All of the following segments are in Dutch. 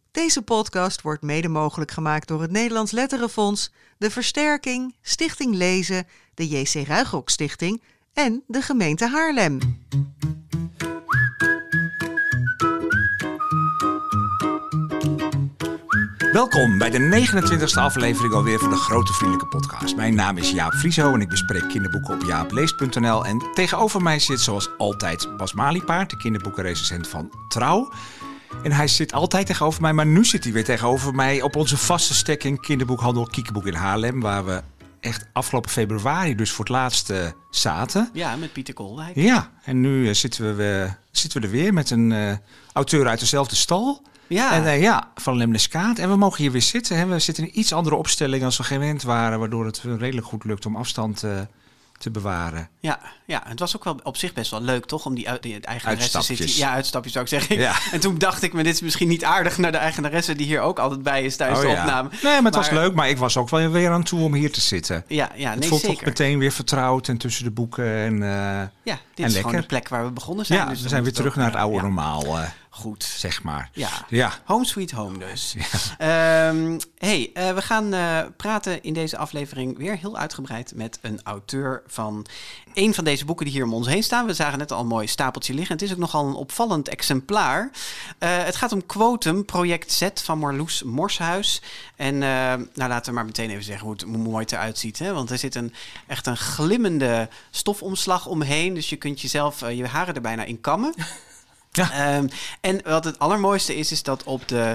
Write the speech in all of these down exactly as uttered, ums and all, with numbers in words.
Deze podcast wordt mede mogelijk gemaakt door het Nederlands Letterenfonds, de Versterking, Stichting Lezen, de J C Ruigrok Stichting en de gemeente Haarlem. Welkom bij de negenentwintigste aflevering alweer van de Grote Vriendelijke Podcast. Mijn naam is Jaap Frieso en ik bespreek kinderboeken op jaap leest punt n l. En tegenover mij zit zoals altijd Bas Maliepaard, de kinderboekenrecensent van Trouw. En hij zit altijd tegenover mij, maar nu zit hij weer tegenover mij op onze vaste stekking Kinderboekhandel Kiekeboek in Haarlem, waar we echt afgelopen februari dus voor het laatst uh, zaten. Ja, met Pieter Koolwijk. Ja, en nu uh, zitten, we, uh, zitten we er weer met een uh, auteur uit dezelfde stal. Ja. En uh, ja, van Lemneskaat. En we mogen hier weer zitten. Hè. We zitten in een iets andere opstelling dan we gewend waren, waardoor het redelijk goed lukt om afstand uh, te bewaren. Ja, ja, het was ook wel op zich best wel leuk, toch? Om die, die eigenaresse te zitten. Ja, uitstapjes zou ik zeggen. Ja. En toen dacht ik me, dit is misschien niet aardig naar de eigenaresse die hier ook altijd bij is tijdens oh, de ja. opname. Nee, maar het maar, was leuk. Maar ik was ook wel weer aan toe om hier te zitten. Ja, ja, nee, het voelt zeker. toch meteen weer vertrouwd en tussen de boeken. En, uh, ja, dit en is lekker. gewoon de plek waar we begonnen zijn. Ja, dus we zijn weer terug ook, naar het oude ja. normaal. Uh, Goed. Zeg maar. Ja. ja. Home sweet home dus. Ja. Um, hey, uh, we gaan uh, praten in deze aflevering weer heel uitgebreid met een auteur van een van deze boeken die hier om ons heen staan. We zagen net al een mooi stapeltje liggen. Het is ook nogal een opvallend exemplaar. Uh, het gaat om Quotum, project Z van Marloes Morshuis. En uh, nou, laten we maar meteen even zeggen hoe het hoe mooi het eruit ziet. Hè? Want er zit een, echt een glimmende stofomslag omheen. Dus je kunt jezelf uh, je haren er bijna in kammen. Ja. Um, en wat het allermooiste is, is dat op de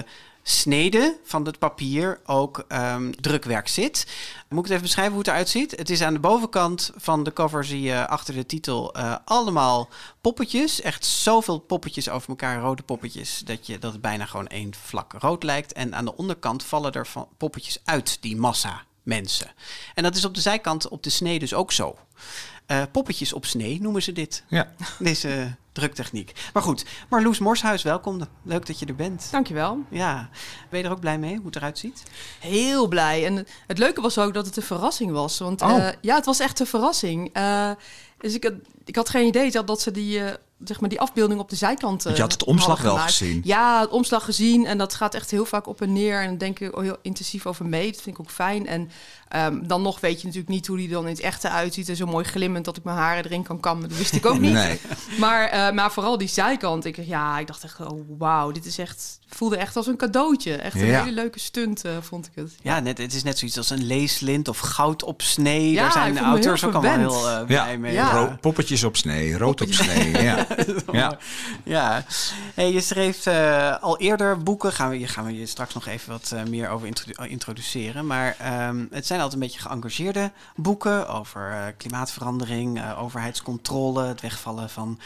snede van het papier ook um, drukwerk zit. Moet ik het even beschrijven hoe het eruit ziet? Het is aan de bovenkant van de cover, zie je achter de titel uh, allemaal poppetjes. Echt zoveel poppetjes over elkaar, rode poppetjes, dat, je, dat het bijna gewoon één vlak rood lijkt. En aan de onderkant vallen er van poppetjes uit die massa mensen. En dat is op de zijkant op de snee dus ook zo. Uh, poppetjes op snee noemen ze dit. Ja. Deze druktechniek. Maar goed, Marloes Morshuis, welkom. Leuk dat je er bent. Dankjewel. Ja. Ben je er ook blij mee, hoe het eruit ziet? Heel blij. En het leuke was ook dat het een verrassing was. Want oh. uh, ja, het was echt een verrassing. Uh, dus ik had, ik had geen idee dat, dat ze die... Uh, zeg maar die afbeelding op de zijkant. Uh, je had het omslag wel gezien. Ja, het omslag gezien. En dat gaat echt heel vaak op en neer. En dan denk ik heel intensief over mee. Dat vind ik ook fijn. En um, dan nog weet je natuurlijk niet hoe die dan in het echte uitziet. En zo mooi glimmend dat ik mijn haren erin kan kammen. Dat wist ik ook niet. Nee. Maar, uh, maar vooral die zijkant. Ik, ja, ik dacht echt, oh wauw, dit is echt... voelde echt als een cadeautje. Echt een ja. hele leuke stunt, uh, vond ik het. Ja, ja net, het is net zoiets als een leeslint of goud op snee. Ja, daar zijn de auteurs ook allemaal heel uh, blij ja. mee. Ja. Ro- poppetjes op snee, rood op snee. Ja. Ja. ja. Hey, je schreef uh, al eerder boeken. Gaan we, gaan we je straks nog even wat uh, meer over introdu- introduceren. Maar um, het zijn altijd een beetje geëngageerde boeken over uh, klimaatverandering, uh, overheidscontrole, het wegvallen van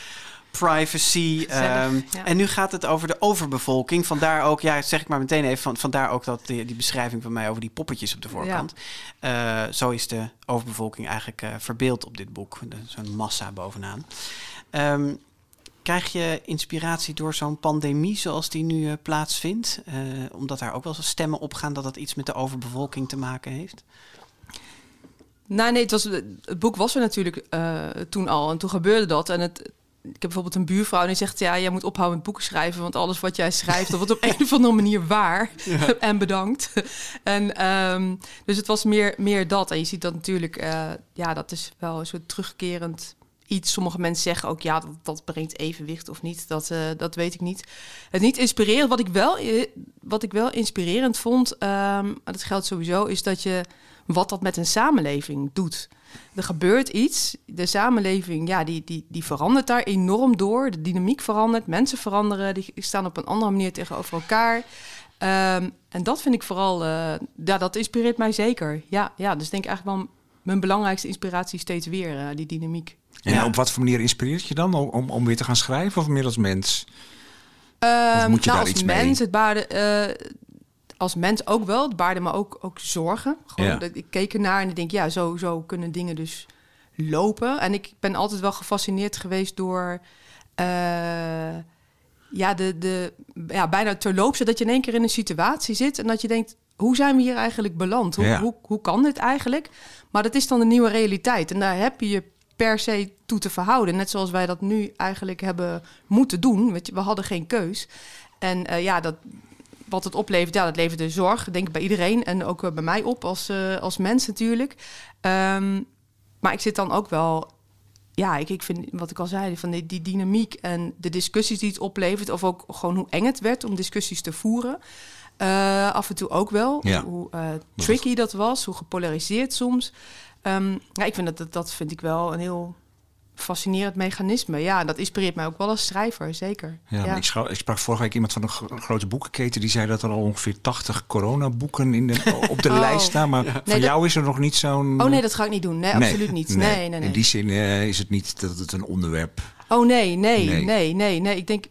privacy. Um, ja. En nu gaat het over de overbevolking. Vandaar ook, ja, zeg ik maar meteen even, van, vandaar ook dat die, die beschrijving van mij over die poppetjes op de voorkant. Ja. Uh, zo is de overbevolking eigenlijk uh, verbeeld op dit boek. De, zo'n massa bovenaan. Um, Krijg je inspiratie door zo'n pandemie zoals die nu uh, plaatsvindt? Uh, omdat daar ook wel eens stemmen opgaan dat dat iets met de overbevolking te maken heeft? Nou, nee, het, was, het boek was er natuurlijk uh, toen al en toen gebeurde dat. En het, ik heb bijvoorbeeld een buurvrouw en die zegt... ja, jij moet ophouden met boeken schrijven... want alles wat jij schrijft, dat wordt op een of andere manier waar. Ja. En bedankt. En, um, dus het was meer, meer dat. En je ziet dat natuurlijk... Uh, ja, dat is wel een soort terugkerend iets. Sommige mensen zeggen ook... ja, dat, dat brengt evenwicht of niet. Dat, uh, dat weet ik niet. Het niet inspirerend. Wat ik wel, wat ik wel inspirerend vond... Um, dat geldt sowieso... is dat je... wat dat met een samenleving doet. Er gebeurt iets. De samenleving, ja, die, die, die verandert daar enorm door. De dynamiek verandert. Mensen veranderen. Die staan op een andere manier tegenover elkaar. Um, en dat vind ik vooral... Uh, ja, dat inspireert mij zeker. Ja, ja, dus denk ik eigenlijk wel... mijn belangrijkste inspiratie steeds weer, uh, die dynamiek. En ja. op wat voor manier inspireert je dan? Om, om weer te gaan schrijven of meer als mens? Um, of moet je nou, daar iets mens, mee? Het baarde, uh, als mens ook wel. Het baarde me ook, ook zorgen. Gewoon, ja. dat, ik keek ernaar en ik denk, ja, zo, zo kunnen dingen dus lopen. En ik ben altijd wel gefascineerd geweest door... Uh, ja, de, de, ja, bijna terloopse dat je in één keer in een situatie zit... en dat je denkt, hoe zijn we hier eigenlijk beland? Hoe, ja. hoe, hoe kan dit eigenlijk? Maar dat is dan de nieuwe realiteit. En daar heb je je per se toe te verhouden. Net zoals wij dat nu eigenlijk hebben moeten doen. Weet je, we hadden geen keus. En uh, ja, dat, wat het oplevert, ja, dat leverde zorg, denk ik bij iedereen. En ook uh, bij mij op als, uh, als mens natuurlijk. Um, maar ik zit dan ook wel... Ja, ik, ik vind, wat ik al zei, van die, die dynamiek en de discussies die het oplevert... of ook gewoon hoe eng het werd om discussies te voeren... Uh, af en toe ook wel. Ja. Hoe uh, tricky dat was, hoe gepolariseerd soms. Um, ja, ik vind dat, dat, dat vind ik wel een heel fascinerend mechanisme. Ja, dat inspireert mij ook wel als schrijver, zeker. Ja, ja. Ik, schou, ik sprak vorige week iemand van een gro- grote boekenketen... die zei dat er al ongeveer tachtig coronaboeken in de, op de oh. lijst staan. Maar ja. nee, van dat... jou is er nog niet zo'n... Oh nee, dat ga ik niet doen. Nee, nee absoluut niet. Nee. Nee, nee, nee. In die zin uh, is het niet dat het een onderwerp... Oh nee, nee, nee, nee, nee. nee. Ik denk...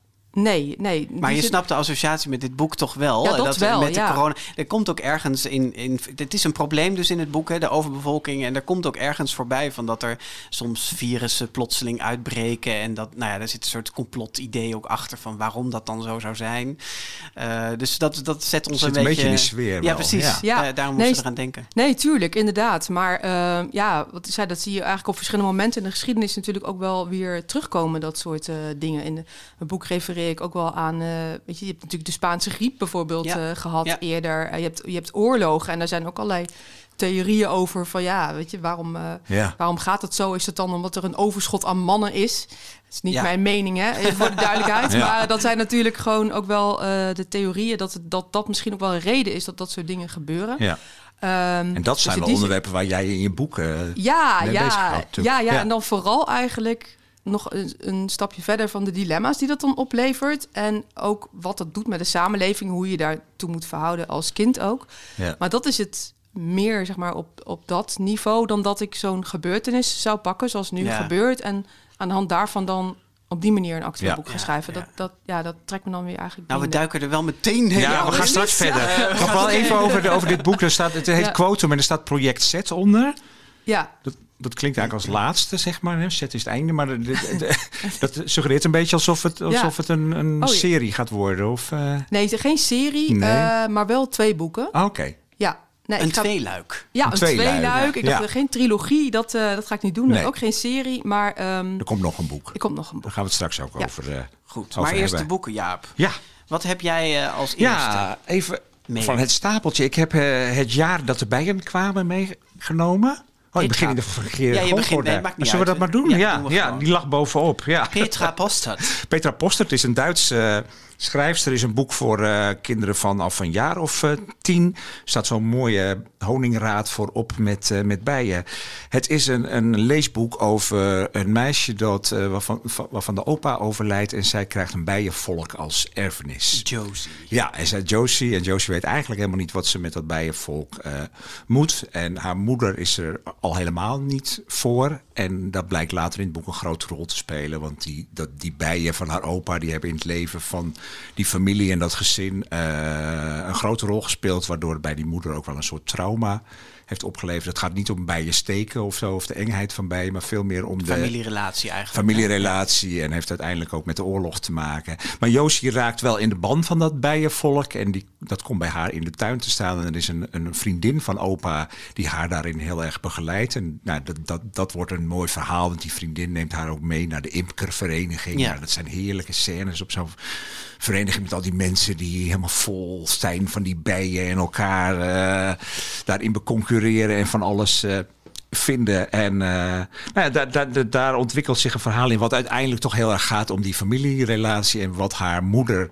Nee, nee. Maar je snapt de associatie met dit boek toch wel? Ja, dat, dat wel, met de ja. corona. Er komt ook ergens in, in... Het is een probleem dus in het boek, hè, de overbevolking. En er komt ook ergens voorbij van dat er soms virussen plotseling uitbreken. En dat, nou ja, daar zit een soort complotidee ook achter van waarom dat dan zo zou zijn. Uh, dus dat, dat zet ons zit een, een beetje... in de sfeer Ja, wel. precies. Ja. Ja. Uh, daarom nee, moesten we eraan denken. Nee, tuurlijk, inderdaad. Maar uh, ja, wat ik zei, dat zie je eigenlijk op verschillende momenten in de geschiedenis natuurlijk ook wel weer terugkomen, dat soort uh, dingen. In de, het boek refereer ik ook wel aan... Uh, weet je, je hebt natuurlijk de Spaanse griep bijvoorbeeld ja. uh, gehad ja. eerder. Uh, je, hebt, je hebt oorlogen en daar zijn ook allerlei theorieën over van ja, weet je, waarom, uh, ja. waarom gaat het zo? Is het dan omdat er een overschot aan mannen is? Dat is niet ja. mijn mening, hè, voor de duidelijkheid. Ja. Maar dat zijn natuurlijk gewoon ook wel uh, de theorieën dat, het, dat dat misschien ook wel een reden is dat dat soort dingen gebeuren. Ja. Um, en dat zijn dus wel onderwerpen waar jij in je boek uh, ja, mee ja, bezig houdt. Ja, ja, ja, en dan vooral eigenlijk nog een, een stapje verder van de dilemma's die dat dan oplevert. En ook wat dat doet met de samenleving, hoe je daartoe moet verhouden als kind ook. Ja. Maar dat is het meer, zeg maar, op, op dat niveau dan dat ik zo'n gebeurtenis zou pakken, zoals nu ja. gebeurt. En aan de hand daarvan dan op die manier een actueel ja. boek gaan schrijven. Ja, ja. Dat, dat, ja, dat trekt me dan weer eigenlijk... Nou, we duiken er wel meteen heen. Ja, we gaan straks verder. Ja. Nog wel even over, de, over dit boek. Er staat, het heet ja. Quotum en er staat Project Z onder. Ja. Dat, dat klinkt eigenlijk als laatste, zeg maar. Hè? Z is het einde, maar de, de, de, dat suggereert een beetje alsof het, alsof ja. het een, een oh, serie gaat worden. Of, uh... Nee, geen serie, nee. uh, maar wel twee boeken. Ah, oké. Okay. Ja. Nee, een ga... tweeluik. Ja, een, een tweeluik. tweeluik. Ja. Ik dacht, ja. geen trilogie, dat, uh, dat ga ik niet doen. Nee. Ook geen serie, maar... Um... Er komt nog een boek. Er komt nog een boek. Daar gaan we het straks ook ja. over uh, Goed, over maar eerst hebben. de boeken, Jaap. Ja. Wat heb jij uh, als eerste? Ja, even mee. Van het stapeltje. Ik heb uh, het jaar dat de bijen kwamen meegenomen. Oh, je begint in de verkeerde ja, je begint, nee, Zullen uit. we dat maar doen? Ja, ja, doen ja die lag bovenop. Ja. Petra Postert. Petra Postert is een Duitse uh, schrijfster. Is een boek voor uh, kinderen vanaf een jaar of uh, tien. Er staat zo'n mooie honingraad voorop met, uh, met bijen. Het is een, een leesboek over een meisje dat, uh, waarvan, waarvan de opa overlijdt. En zij krijgt een bijenvolk als erfenis. Josie. Ja, en zij Josie. En Josie weet eigenlijk helemaal niet wat ze met dat bijenvolk uh, moet. En haar moeder is er al helemaal niet voor. En dat blijkt later in het boek een grote rol te spelen. Want die, dat, die bijen van haar opa, die hebben in het leven van die familie en dat gezin uh, een grote rol gespeeld. Waardoor het bij die moeder ook wel een soort trauma heeft opgeleverd. Het gaat niet om bijen steken of zo, of de engheid van bijen, maar veel meer om de familierelatie eigenlijk. Familierelatie ja. En heeft uiteindelijk ook met de oorlog te maken. Maar Josie raakt wel in de ban van dat bijenvolk en die, dat komt bij haar in de tuin te staan. En er is een, een vriendin van opa die haar daarin heel erg begeleidt. En nou, dat, dat, dat wordt een mooi verhaal, want die vriendin neemt haar ook mee naar de imkervereniging. Ja. Nou, dat zijn heerlijke scènes op zo'n vereniging met al die mensen die helemaal vol zijn van die bijen en elkaar uh, daarin beconcurreren en van alles uh, vinden. En uh, nou ja, daar, daar, daar ontwikkelt zich een verhaal in wat uiteindelijk toch heel erg gaat om die familierelatie en wat haar moeder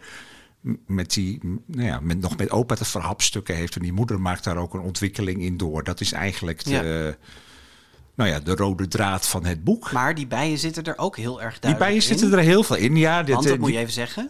met die, nou ja, met, nog met opa te verhapstukken heeft. En die moeder maakt daar ook een ontwikkeling in door. Dat is eigenlijk de, ja. nou ja, de rode draad van het boek. Maar die bijen zitten er ook heel erg duidelijk Die bijen in. zitten er heel veel in, ja. Dit, Want dat uh, moet je die, even zeggen.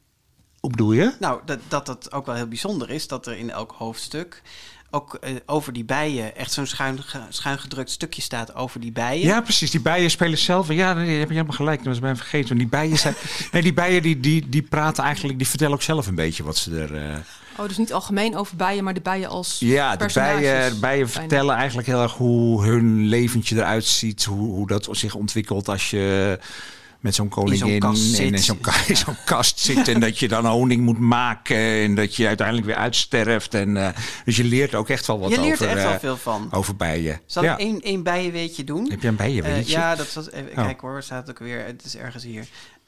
Hoe bedoel je? Nou, dat, dat het ook wel heel bijzonder is dat er in elk hoofdstuk ook uh, over die bijen echt zo'n schuin, schuin gedrukt stukje staat over die bijen. Ja, precies. Die bijen spelen zelf. Ja, nee, heb je helemaal gelijk. Dat was mij vergeten. Want die bijen zijn. Nee, die bijen die, die, die praten eigenlijk. Die vertellen ook zelf een beetje wat ze er. Uh... Oh, dus niet algemeen over bijen, maar de bijen als. Ja, de bijen, bijen vertellen eigenlijk heel erg hoe hun leventje eruit ziet. Hoe, hoe dat zich ontwikkelt als je met zo'n koningin In zo'n kast en in zit. zo'n, ka- in zo'n kast zit. En dat je dan honing moet maken. En dat je uiteindelijk weer uitsterft. En, uh, dus je leert ook echt wel wat Je leert over, er echt uh, wel veel van. over bijen. Zal ik Ja. één, één bijenweetje doen? Heb je een bijenweetje? Uh, ja, dat was, even, Oh. kijk hoor, waar staat het ook weer? Het is ergens hier.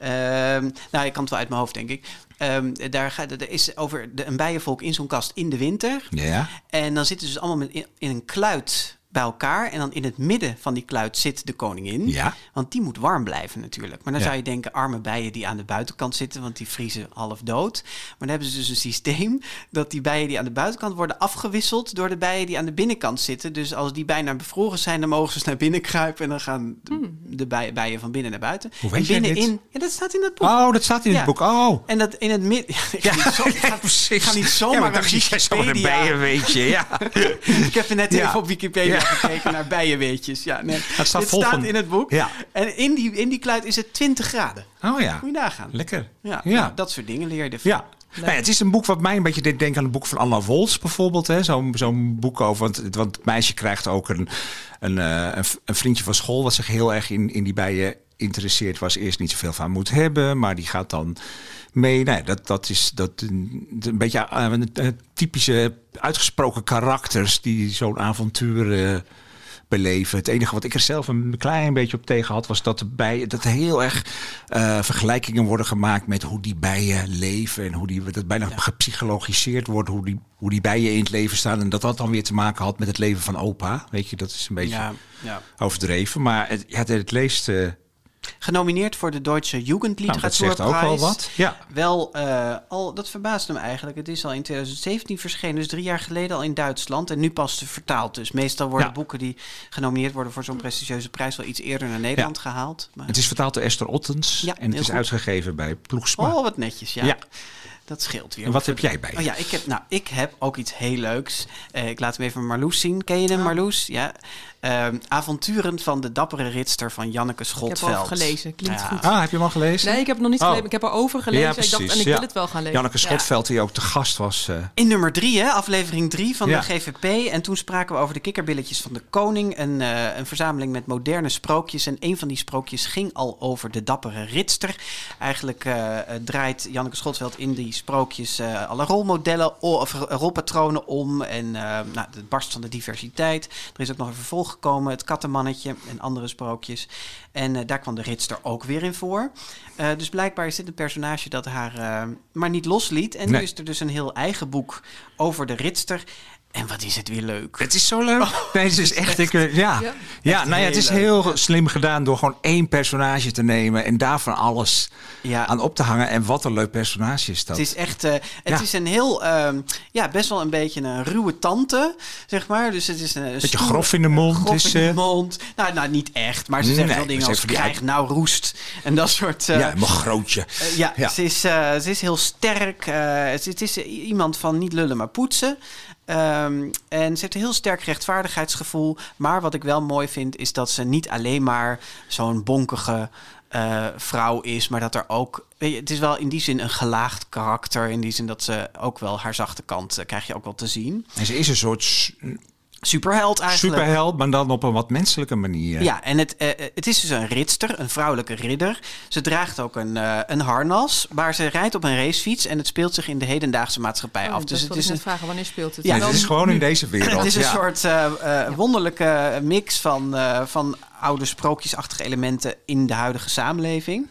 Um, nou, ik kan het wel uit mijn hoofd, denk ik. Um, daar gaat, er is over de, een bijenvolk in zo'n kast in de winter. Ja. En dan zitten ze dus allemaal met in, in een kluit bij elkaar. En dan in het midden van die kluit zit de koningin. Ja. Want die moet warm blijven natuurlijk. Maar dan Ja. zou je denken, arme bijen die aan de buitenkant zitten, want die vriezen half dood. Maar dan hebben ze dus een systeem dat die bijen die aan de buitenkant worden afgewisseld door de bijen die aan de binnenkant zitten. Dus als die bijna bevroren zijn, dan mogen ze naar binnen kruipen. En dan gaan de, Hmm. de bijen, bijen van binnen naar buiten. Hoe en weet jij binnenin, dit? ja, dat staat in het boek. Oh, dat staat in Ja. het boek. Oh. En dat in het midden. Ja, ik ga niet zo- ik ga- precies. ik ga niet zomaar ja, maar naar ik dacht, jij zou maar een Wikipedia. bijenweetje. Ja. Ik heb er net Ja. even op Wikipedia Ja. gekeken naar bijenweetjes. Ja, nee. Het staat Dit vol staat van- in het boek. Ja. En in die, in die kluit is het twintig graden. Oh ja. Moet je nagaan. Lekker. Ja, Ja. nou, dat soort dingen leer je ervan. Ja. Nou ja, het is een boek wat mij een beetje deed denken aan het boek van Anna Woltz bijvoorbeeld. Hè? Zo'n, zo'n boek over, want, het- want het meisje krijgt ook een, een, eh, een, v- een vriendje van school wat zich heel erg in, in die bijen interesseert. Waar ze eerst niet zoveel van moet hebben, maar die gaat dan mee. Nou ja, dat, dat is dat, een, een beetje uh, een, een typische uitgesproken karakters die zo'n avontuur... Uh, beleven. Het enige wat ik er zelf een klein beetje op tegen had, was dat er bijen, dat er heel erg uh, vergelijkingen worden gemaakt met hoe die bijen leven en hoe die dat bijna ja. gepsychologiseerd wordt, hoe die, hoe die bijen in het leven staan en dat dat dan weer te maken had met het leven van opa. Weet je, dat is een beetje Ja, ja. overdreven. Maar het, ja, het leest. Uh, Genomineerd voor de Deutsche Jugendliteratuurprijs. Nou, dat zegt ook wel wat. Ja. Wel, uh, al, dat verbaast me eigenlijk. Het is al in twintig zeventien verschenen, dus drie jaar geleden al in Duitsland. En nu pas vertaald. Dus meestal worden ja. boeken die genomineerd worden voor zo'n prestigieuze prijs wel iets eerder naar Nederland ja. gehaald. Maar... Het is vertaald door Esther Ottens ja, en het is goed. uitgegeven bij Ploegsma. Oh, wat netjes, ja. ja. Dat scheelt weer. En wat heb jij bij? Oh ja, ik heb, nou, ik heb ook iets heel leuks. Uh, ik laat hem even Marloes zien. Ken je hem, ja. Marloes? Ja. Uh, avonturen van de dappere ridster van Janneke Schotveld. Ik heb al gelezen. Klinkt ja. goed. Ah, heb je hem al gelezen? Nee, ik heb het nog niet gelezen. Oh. Ik heb erover gelezen. Ja, ik dacht, en ik ja. wil het wel gaan lezen. Janneke Schotveld, ja. die ook te gast was. Uh... In nummer drie, hè, aflevering drie van ja. de G V P. En toen spraken we over de kikkerbilletjes van de koning. Een, uh, een verzameling met moderne sprookjes. En een van die sprookjes ging al over de dappere ridster. Eigenlijk uh, draait Janneke Schotveld in die sprookjes uh, alle rolmodellen of rolpatronen om. En uh, nou, het barst van de diversiteit. Er is ook nog een vervolg gekomen, het kattenmannetje en andere sprookjes. En uh, daar kwam de ridster ook weer in voor. Uh, dus blijkbaar is dit een personage dat haar uh, maar niet losliet. En nee. nu is er dus een heel eigen boek over de ridster. En wat is het weer leuk. Het is zo leuk. Oh, nee, het is echt... Ik, ja, ja. Ja. ja nou ja, het is leuk. heel slim gedaan door gewoon één personage te nemen en daarvan alles ja. aan op te hangen. En wat een leuk personage is dat. Het is echt... Uh, het ja. is een heel... Uh, ja, best wel een beetje een ruwe tante, zeg maar. Dus het is een... een beetje grof in de mond. Grof is, in de uh... mond. Nou, nou, niet echt. Maar ze zegt nee, wel dingen als die krijg nou roest. En dat soort... Uh, ja, mijn grootje. Uh, ja, ja. Ze, is, uh, ze is heel sterk. Uh, het, het is iemand van niet lullen, maar poetsen. Um, en ze heeft een heel sterk rechtvaardigheidsgevoel. Maar wat ik wel mooi vind, is dat ze niet alleen maar zo'n bonkige uh, vrouw is, maar dat er ook... Weet je, het is wel in die zin een gelaagd karakter. In die zin dat ze ook wel haar zachte kant uh, krijg je ook wel te zien. En ze is een soort... Superheld eigenlijk. Superheld, maar dan op een wat menselijke manier. Ja, en het, uh, het is dus een ridster, een vrouwelijke ridder. Ze draagt ook een, uh, een harnas, maar ze rijdt op een racefiets en het speelt zich in de hedendaagse maatschappij oh, af. Dus het is een vragen, wanneer speelt het? Ja, het is gewoon in deze wereld. Het is een ja. soort uh, uh, wonderlijke mix van, uh, van oude sprookjesachtige elementen in de huidige samenleving.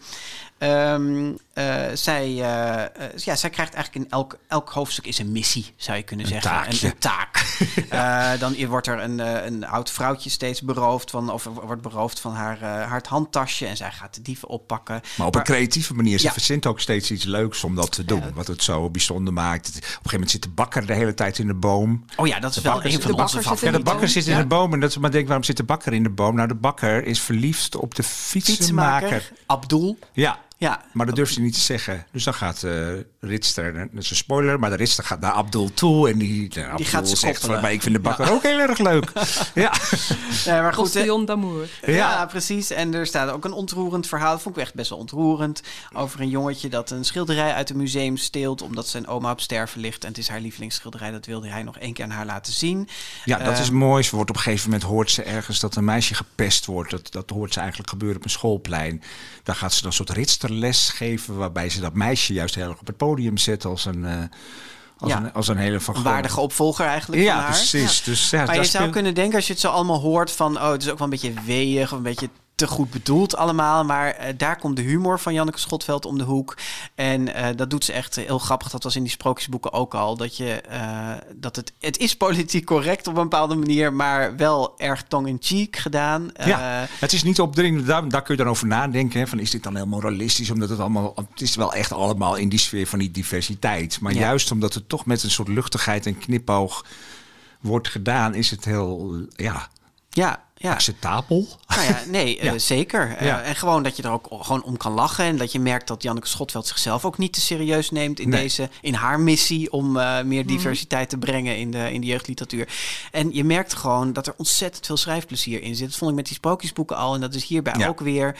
Um, uh, zij, uh, uh, ja, zij krijgt eigenlijk in elk, elk hoofdstuk is een missie, zou je kunnen een zeggen. Taakje. Een, een taak. uh, dan wordt er een, uh, een oud vrouwtje steeds beroofd van, of wordt beroofd van haar, uh, haar handtasje en zij gaat de dieven oppakken. Maar op maar, een creatieve manier. Ze ja. verzint ook steeds iets leuks om dat te doen. Ja. Wat het zo bijzonder maakt. Op een gegeven moment zit de bakker de hele tijd in de boom. Oh ja, dat is de wel een van de onze favorieten. Ja, de bakker zit in ja. de boom. En dat is maar denk, waarom zit de bakker in de boom? Nou, de bakker is verliefd op de fietsenmaker. Fietsenmaker, Abdul. Ja. Ja. Maar dat durft hij niet te zeggen. Dus dan gaat uh, Ritster, dat is een spoiler, maar de Ritster gaat naar Abdul toe. En die, nou, Abdul die gaat ze zegt koppelen. van, maar ik vind de bakker ja. ook heel erg leuk. ja. ja, maar goed. Postillon d'amour. Ja. ja, precies. En er staat ook een ontroerend verhaal. Dat vond ik echt best wel ontroerend. Over een jongetje dat een schilderij uit een museum steelt, omdat zijn oma op sterven ligt. En het is haar lievelingsschilderij. Dat wilde hij nog één keer aan haar laten zien. Ja, dat uh, is mooi. Ze wordt op een gegeven moment hoort ze ergens dat een meisje gepest wordt. Dat, dat hoort ze eigenlijk gebeuren op een schoolplein. Daar gaat ze dan een soort ritsterles geven, waarbij ze dat meisje juist heel erg op het podium zet als een, uh, als ja. een, als een hele van een waardige opvolger eigenlijk ja, van haar. Precies. Ja. Dus, ja, maar je daar zou speel... kunnen denken, als je het zo allemaal hoort, van oh, het is ook wel een beetje weeig, of een beetje te goed bedoeld allemaal. Maar uh, daar komt de humor van Janneke Schotveld om de hoek. En uh, dat doet ze echt heel grappig. Dat was in die sprookjesboeken ook al. Dat je uh, dat het, het is politiek correct op een bepaalde manier, maar wel erg tongue-in-cheek gedaan. Uh, ja, het is niet opdringend. Daar, daar kun je dan over nadenken. Hè, van is dit dan heel moralistisch? Omdat het allemaal, het is wel echt allemaal in die sfeer van die diversiteit. Maar ja. juist omdat het toch met een soort luchtigheid en knipoog wordt gedaan, is het heel, ja, ja. Ja. acceptabel. Nou ja, nee, ja. Uh, zeker. Ja. Uh, en gewoon dat je er ook gewoon om kan lachen. En dat je merkt dat Janneke Schotveld zichzelf ook niet te serieus neemt in, nee. deze, in haar missie om uh, meer diversiteit te brengen in de, in de jeugdliteratuur. En je merkt gewoon dat er ontzettend veel schrijfplezier in zit. Dat vond ik met die sprookjesboeken al. En dat is hierbij ja. ook weer.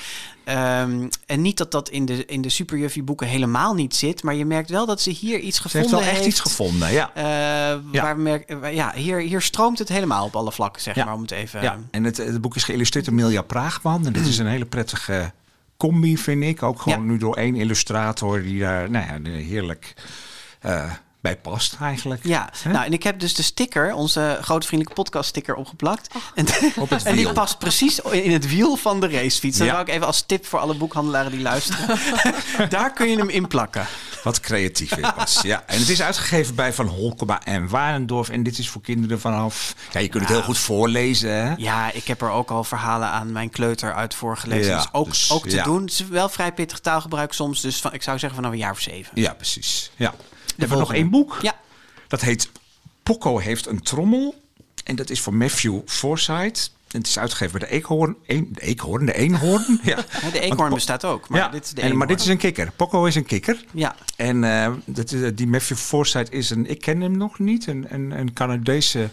Um, en niet dat dat in de, in de Superjuffie boeken helemaal niet zit. Maar je merkt wel dat ze hier iets gevonden heeft. Ze heeft wel echt iets gevonden, ja. Uh, ja. Waar we merken, ja, hier, hier stroomt het helemaal op alle vlakken, zeg ja. maar. Om het even... Ja. En het, het boek is geïllustreerd door Milja Praagman. En dit is een hele prettige combi, vind ik. Ook gewoon ja. nu door één illustrator die daar nou ja, heerlijk uh, bij past eigenlijk. Ja, He? nou en ik heb dus de sticker, onze grote vriendelijke podcast sticker opgeplakt. Oh. En, op het en die past precies in het wiel van de racefiets. Dat ja. wou ik even als tip voor alle boekhandelaren die luisteren. Daar kun je hem in plakken. Wat creatief weer was. Ja. En het is uitgegeven bij Van Holkema en Warendorf. En dit is voor kinderen vanaf... Ja, je kunt het heel goed voorlezen. Hè? Ja, ik heb er ook al verhalen aan mijn kleuter uit voorgelezen. Ja, dus ook, dus, ook te ja. doen. Het is wel vrij pittig taalgebruik soms. Dus van, ik zou zeggen vanaf een jaar of zeven. Ja, precies. Ja. We hebben nog één boek. Ja. Dat heet Poco heeft een trommel. En dat is van Matthew Forsyth. En het is uitgegeven bij de eekhoorn. Een, de eekhoorn, de eenhoorn. Ja. Ja, de eekhoorn Want, bestaat ook. Maar, ja, dit is de en, maar dit is een kikker. Poco is een kikker. Ja. En uh, dat is, die Matthew Forsyth is een... Ik ken hem nog niet. Een, een, een Canadese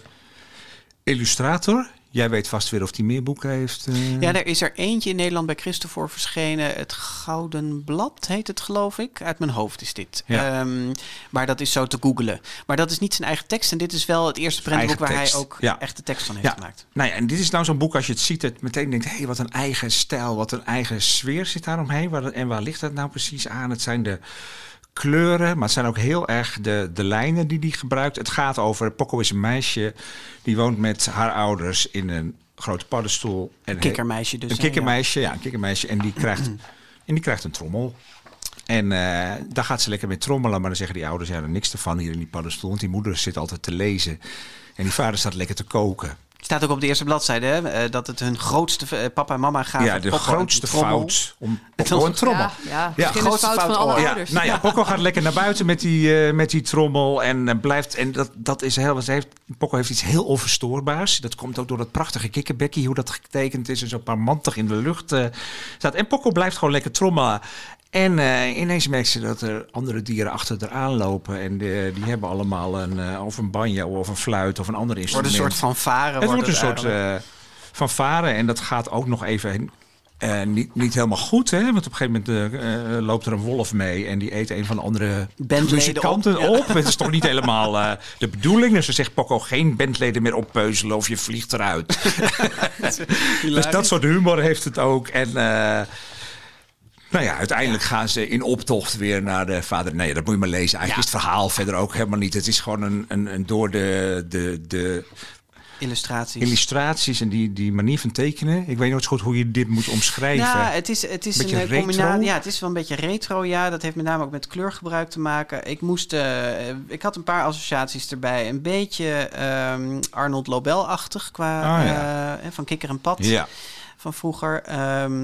illustrator. Jij weet vast weer of hij meer boeken heeft. Uh... Ja, er is er eentje in Nederland bij Christopher verschenen. Het Gouden Blad heet het, geloof ik. Uit mijn hoofd is dit. Ja. Um, maar dat is zo te googlen. Maar dat is niet zijn eigen tekst. En dit is wel het eerste prentboek waar hij ook ja. echt de tekst van heeft ja. gemaakt. Nou ja, en dit is nou zo'n boek als je het ziet, het meteen denkt, hé, hey, wat een eigen stijl, wat een eigen sfeer zit daaromheen. Waar, en waar ligt dat nou precies aan? Het zijn de kleuren, maar het zijn ook heel erg de, de lijnen die hij gebruikt. Het gaat over, Poco is een meisje, die woont met haar ouders in een grote paddenstoel. En een kikkermeisje dus. Een kikkermeisje, ja, een kikkermeisje. En die krijgt, en die krijgt een trommel. En uh, daar gaat ze lekker mee trommelen, maar dan zeggen die ouders, ja, er niks ervan hier in die paddenstoel. Want die moeder zit altijd te lezen. En die vader staat lekker te koken. Staat ook op de eerste bladzijde, hè? Dat het hun grootste uh, papa en mama gaat. Ja, de grootste fout om Poco een trommel. Ja, ja, ja. de grootste fout van alle ja. ouders. Nou ja, Poco gaat lekker naar buiten met die, uh, met die trommel en uh, blijft. En dat, dat is heel. Heeft, Poco heeft iets heel onverstoorbaars. Dat komt ook door dat prachtige kikkerbekkie, hoe dat getekend is en zo parmantig in de lucht uh, staat. En Poco blijft gewoon lekker trommelen. En uh, ineens merkt ze dat er andere dieren achter haar aanlopen. En de, die hebben allemaal een, uh, of een banjo of een fluit of een ander instrument. Het wordt een soort fanfare. Het wordt een soort uh, fanfare. En dat gaat ook nog even uh, niet, niet helemaal goed. Hè? Want op een gegeven moment uh, uh, loopt er een wolf mee. En die eet een van de andere muzikanten op. op. Ja. Het is toch niet helemaal uh, de bedoeling. Dus ze zegt Poco, geen bandleden meer oppeuzelen of je vliegt eruit. Dus dat soort humor heeft het ook. En... Uh, Nou ja, uiteindelijk gaan ze in optocht weer naar de vader. Nee, dat moet je maar lezen. Eigenlijk ja. is het verhaal verder ook helemaal niet. Het is gewoon een, een, een door de, de, de illustraties. illustraties en die, die manier van tekenen. Ik weet nooit zo goed hoe je dit moet omschrijven. Ja, het is, het is een, een combinatie. Ja, het is wel een beetje retro. Ja, dat heeft met name ook met kleurgebruik te maken. Ik moest, uh, ik had een paar associaties erbij. Een beetje um, Arnold Lobel-achtig qua oh, ja. uh, van Kikker en Pat. Ja. Van vroeger. Um,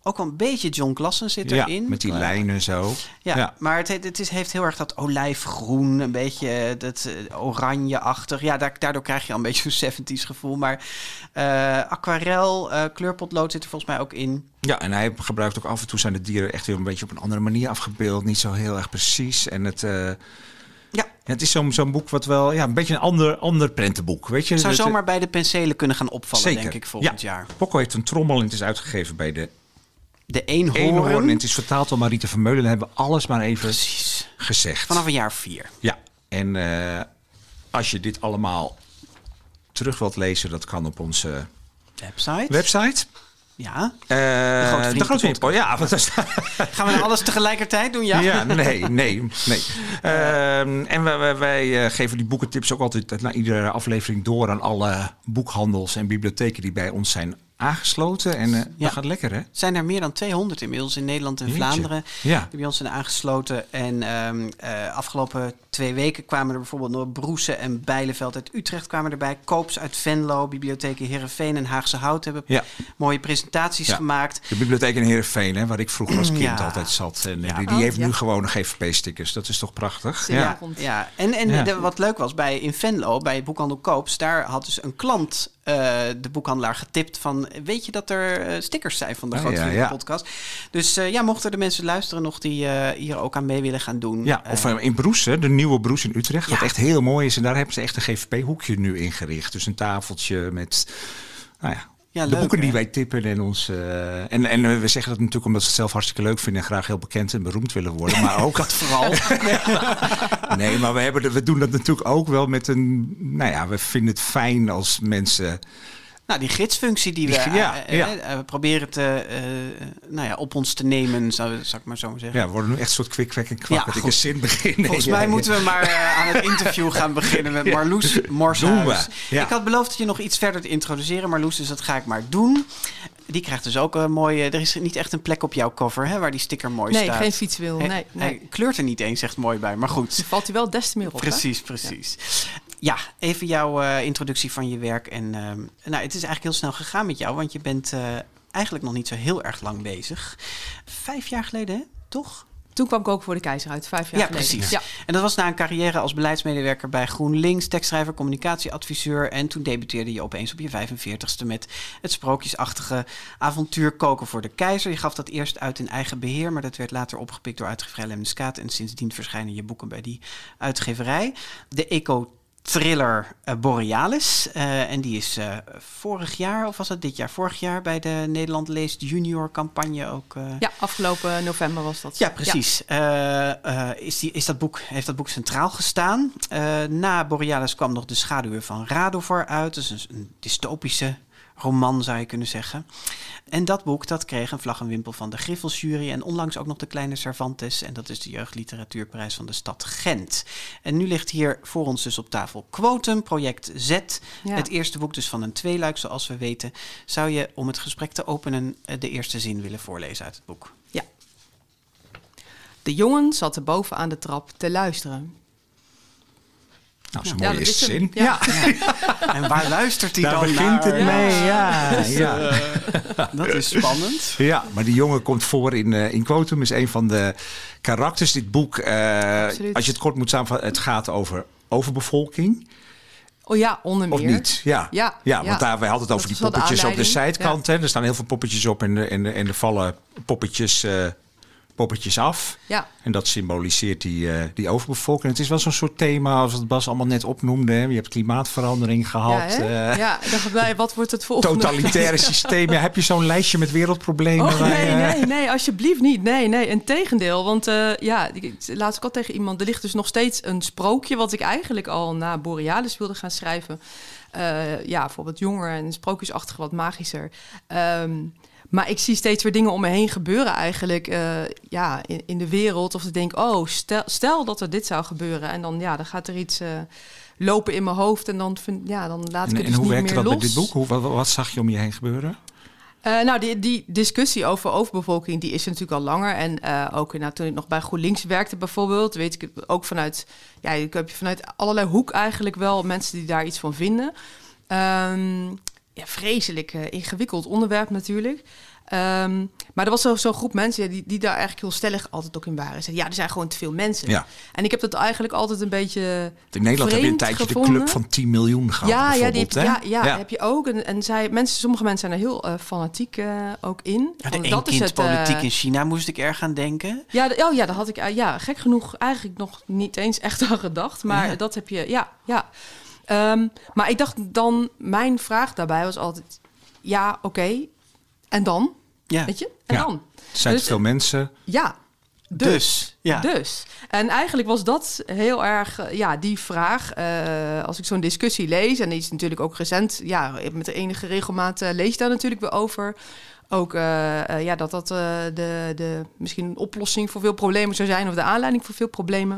Ook wel een beetje John Klassen zit Ja, erin. met die Uh, lijnen zo. Ja, Ja. maar het, het is, heeft heel erg dat olijfgroen, een beetje dat uh, oranje-achtig. Ja, da- daardoor krijg je al een beetje zo'n zeventies gevoel. Maar uh, aquarel, uh, kleurpotlood zit er volgens mij ook in. Ja, en hij gebruikt ook af en toe zijn de dieren echt weer een beetje op een andere manier afgebeeld. Niet zo heel erg precies. En het... Uh, Ja. Ja, het is zo'n zo'n boek wat wel ja, een beetje een ander, ander prentenboek. Weet je? Het zou Het- zomaar bij de penselen kunnen gaan opvallen, Zeker. denk ik, volgend Ja. jaar. Pocco heeft een trommel en het is uitgegeven bij de De eenhoorn. Eenhoorn. En het is vertaald door Mariette Vermeulen. Dan hebben we alles maar even Precies. gezegd. Vanaf een jaar vier. Ja, en uh, als je dit allemaal terug wilt lezen, dat kan op onze Website. website. Ja. Uh, De Grote Vrienden de Grote Vrienden podcast. Ja, want dat is- Gaan we dan alles tegelijkertijd doen? Ja. Ja, nee, nee, nee. Uh, en wij, wij, wij uh, geven die boekentips ook altijd na iedere aflevering door aan alle boekhandels en bibliotheken die bij ons zijn aangesloten. En uh, Ja. dat gaat lekker, hè? Zijn er meer dan tweehonderd inmiddels in Nederland en Jeetje. Vlaanderen Ja. die bij ons zijn aangesloten. En um, uh, afgelopen twee weken kwamen er bijvoorbeeld nog Broesen en Bijleveld uit Utrecht kwamen erbij. Koops uit Venlo, bibliotheken Heerenveen en Haagse Hout hebben Ja. mooie presentaties Ja. gemaakt. De bibliotheek in Heerenveen, hè, waar ik vroeger als kind Ja. altijd zat. En uh, Ja. die, die Oh, heeft ja. nu gewoon nog G V P-stickers. Dat is toch prachtig? Ja. Ja, Rond. ja. En, en Ja. De, wat leuk was, bij in Venlo, bij boekhandel Koops, daar had dus een klant uh, de boekhandelaar getipt van, weet je dat er uh, stickers zijn van de Oh, Grote ja, Vrienden ja. podcast? Dus uh, ja, mochten de mensen luisteren nog die uh, hier ook aan mee willen gaan doen. Ja, of Uh, uh, in Broesen, de nieuwe Broes in Utrecht, wat Ja. echt heel mooi is. En daar hebben ze echt een G V P-hoekje nu ingericht. Dus een tafeltje met, nou ja, Ja, de leuk, boeken die hè? wij tippen. En, ons, uh, en, en uh, we zeggen dat natuurlijk omdat ze het zelf hartstikke leuk vinden en graag heel bekend en beroemd willen worden. Maar ook dat vooral. nee, maar we, hebben de, we doen dat natuurlijk ook wel met een, nou ja, we vinden het fijn als mensen... Nou, die gidsfunctie die we Die- ja, uh, ja. uh, uh, proberen te, uh, nou ja, op ons te nemen, zou, zou ik maar zo zeggen. Ja, we worden nu echt een soort kwik, kwek en kwak. Ja, dat ik goed. een zin begin. Volgens Ja, mij ja. moeten we maar uh, aan het interview gaan beginnen met Ja. Marloes Doen Morshuis. we, ja. Ik had beloofd je nog iets verder te introduceren, Marloes, dus dat ga ik maar doen. Die krijgt dus ook een mooie... Er is niet echt een plek op jouw cover, hè, waar die sticker mooi Nee, staat. geen fietswiel. Hij, Nee, nee. hij kleurt er niet eens echt mooi bij, maar goed. Dan valt hij wel des te meer op. hè? Precies, precies. Ja, even jouw uh, introductie van je werk. En uh, nou, het is eigenlijk heel snel gegaan met jou, want je bent uh, eigenlijk nog niet zo heel erg lang bezig. Vijf jaar geleden, hè? Toch? Toen kwam ik ook voor de keizer uit, vijf jaar Ja, geleden. precies. Ja. En dat was na een carrière als beleidsmedewerker bij GroenLinks, tekstschrijver, communicatieadviseur. En toen debuteerde je opeens op je vijfenveertigste met het sprookjesachtige avontuur Koken voor de Keizer. Je gaf dat eerst uit in eigen beheer, maar dat werd later opgepikt door uitgeverij Lemniskaat. En sindsdien verschijnen je boeken bij die uitgeverij. De eco thriller uh, Borealis. Uh, en die is uh, vorig jaar, of was dat dit jaar? Vorig jaar bij de Nederland Leest Junior campagne ook... Uh, Ja, afgelopen november was dat. ja, precies. Ja. Uh, uh, is die, is dat boek, heeft dat boek centraal gestaan. Uh, na Borealis kwam nog De Schaduwen van Radovar uit. Dus een, een dystopische roman, zou je kunnen zeggen. En dat boek, dat kreeg een vlag en wimpel van de Griffelsjury en onlangs ook nog de Kleine Cervantes. En dat is de Jeugdliteratuurprijs van de stad Gent. En nu ligt hier voor ons dus op tafel Quotum, project Z. Ja. Het eerste boek dus van een tweeluik, zoals we weten. Zou je, om het gesprek te openen, de eerste zin willen voorlezen uit het boek? Ja. De jongen zat er boven aan de trap te luisteren. Nou, zo'n Ja, mooie dat is hem. zin. Ja. En waar luistert hij Daar dan begint naar? het mee, ja. Dus, ja. uh, dat is spannend. Ja, maar die jongen komt voor in, uh, in Quotum, is een van de karakters. Dit boek, uh, Absoluut. als je het kort moet samenvatten, het gaat over overbevolking. Oh ja, onder meer. Of niet? Ja, Ja, ja, ja. want daar, wij hadden het over Dat die is wel de poppetjes op de aanleiding. zijkant. Hè. Er staan heel veel poppetjes op en, en, en er vallen poppetjes, uh, poppetjes af. Ja. En dat symboliseert die, uh, die overbevolking. Het is wel zo'n soort thema, als het Bas allemaal net opnoemde. Hè. Je hebt klimaatverandering gehad. Ja, hè? uh, ja, dacht ik bij, wat wordt het volgende? totalitaire systeem. Ja, heb je zo'n lijstje met wereldproblemen? Oh, waar nee, je- nee, nee, alsjeblieft niet. Nee, nee, integendeel. Want uh, ja, ik- laatst ook al tegen iemand... er ligt dus nog steeds een sprookje... wat ik eigenlijk al na Borealis wilde gaan schrijven. Uh, ja, bijvoorbeeld jonger en sprookjesachtig, wat magischer. Um, maar ik zie steeds weer dingen om me heen gebeuren eigenlijk... Uh, ja, in, in de wereld. Of ik denk, oh, stel, stel dat er dit zou gebeuren... en dan, ja, dan gaat er iets... Uh, lopen in mijn hoofd en dan, vind, ja, dan laat ik En, het en dus hoe niet werkte meer dat los. met dit boek? Hoe, wat, wat zag je om je heen gebeuren? Uh, nou, die, die discussie over overbevolking, die is er natuurlijk al langer. En uh, ook nou, toen ik nog bij GroenLinks werkte bijvoorbeeld, weet ik het ook vanuit... Ja, ik heb je vanuit allerlei hoek eigenlijk wel mensen die daar iets van vinden. Um, ja, vreselijk uh, ingewikkeld onderwerp natuurlijk. Um, Maar er was zo- zo'n groep mensen die, die daar eigenlijk heel stellig altijd ook in waren. Zeiden, ja, er zijn gewoon te veel mensen. Ja. En ik heb dat eigenlijk altijd een beetje In Nederland heb je een vreemd tijdje gevonden. de club van tien miljoen gehad. Ja, ja, die bijvoorbeeld, heb, hè? ja, ja, heb je ook. En, en zij, mensen, sommige mensen zijn er heel uh, fanatiek uh, ook in. Ja, de Want dat is het, uh, eenkindpolitiek in China moest ik erg aan denken. Ja, de, oh ja, daar had ik uh, ja, gek genoeg eigenlijk nog niet eens echt aan gedacht. Maar Ja. dat heb je, ja, ja. Um, maar ik dacht dan, mijn vraag daarbij was altijd, ja, oké, okay, en dan? Ja. Weet je? En Ja. dan? Er zijn Dus- te veel mensen. Ja, dus. Dus, ja. Dus. En eigenlijk was dat heel erg, uh, ja, die vraag. Uh, als ik zo'n discussie lees, en die is natuurlijk ook recent, ja, met de enige regelmaat uh, lees ik daar natuurlijk weer over. Ook uh, uh, ja, dat dat uh, de, de, misschien een oplossing voor veel problemen zou zijn, of de aanleiding voor veel problemen.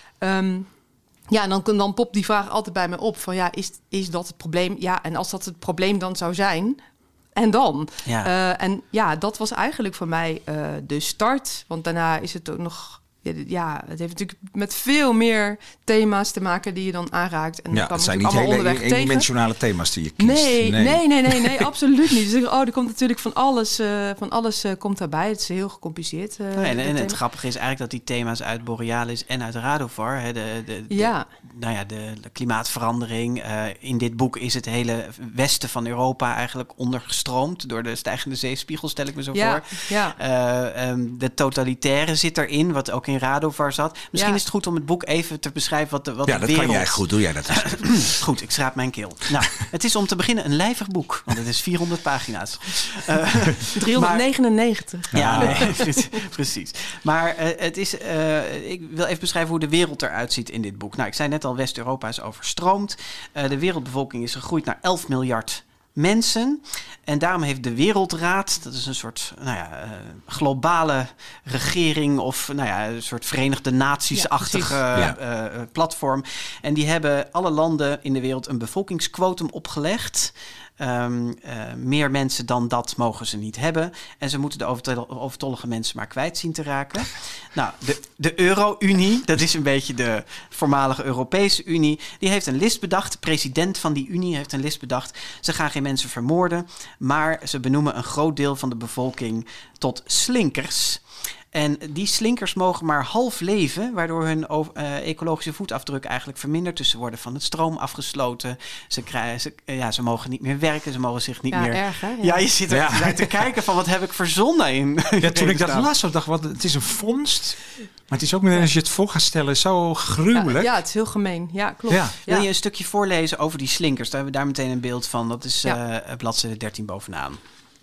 Um, ja, en dan, dan popt die vraag altijd bij me op van, ja, is, is dat het probleem? Ja, en als dat het probleem dan zou zijn, en dan? Ja. Uh, en ja, dat was eigenlijk voor mij uh, de start. Want daarna is het ook nog... Ja, het heeft natuurlijk met veel meer thema's te maken die je dan aanraakt. En Ja, kan het zijn natuurlijk niet allemaal hele onderweg tegen. eendimensionale thema's die je kiest. Nee, nee, nee, nee, nee, absoluut niet. Dus, oh, er komt natuurlijk van alles, uh, van alles uh, komt daarbij. Het is heel gecompliceerd. Uh, Nee, en en het thema. grappige is eigenlijk dat die thema's uit Borealis en uit Radovar, hè, de, de, de, Ja. nou ja, de, de klimaatverandering. Uh, in dit boek is het hele westen van Europa eigenlijk ondergestroomd door de stijgende zeespiegel, stel ik me zo Ja, voor. ja. Uh, um, de totalitaire zit erin, wat ook in Radovar zat. Misschien Ja. is het goed om het boek even te beschrijven wat de, wat Ja, de dat wereld... kan jij goed. Doe jij dat eens. Goed, ik schraap mijn keel. Nou, het is om te beginnen een lijvig boek, want het is vierhonderd pagina's. Uh, driehonderdnegenennegentig. Ja, nee, precies. Maar uh, het is, uh, ik wil even beschrijven hoe de wereld eruit ziet in dit boek. Nou, ik zei net al, West-Europa is overstroomd. Uh, de wereldbevolking is gegroeid naar elf miljard mensen. En daarom heeft de Wereldraad, dat is een soort nou ja, uh, globale regering of nou ja, een soort Verenigde Naties-achtige Ja, uh, uh, platform. En die hebben alle landen in de wereld een bevolkingsquotum opgelegd. Um, uh, meer mensen dan dat mogen ze niet hebben. En ze moeten de overtol- overtollige mensen maar kwijt zien te raken. Nou, de, de Euro-Unie, dat is een beetje de voormalige Europese Unie, die heeft een list bedacht. De president van die Unie heeft een list bedacht. Ze gaan geen mensen vermoorden, maar ze benoemen een groot deel van de bevolking tot slinkers. En die slinkers mogen maar half leven, waardoor hun uh, ecologische voetafdruk eigenlijk vermindert. Dus ze worden van het stroom afgesloten. Ze, krijgen, ze, uh, ja, ze mogen niet meer werken, ze mogen zich niet Ja, meer... erg, hè? Ja. Ja, je zit er Ja. te kijken van wat heb ik verzonnen in. Ja, toen ik dat las, ik dacht wat, het is een vondst. Maar het is ook meteen als je het voor gaat stellen zo gruwelijk. Ja, ja, het is heel gemeen. Ja, klopt. Ja. Wil Ja. je een stukje voorlezen over die slinkers? Daar hebben we daar meteen een beeld van. Dat is Ja. uh, bladzijde dertien bovenaan.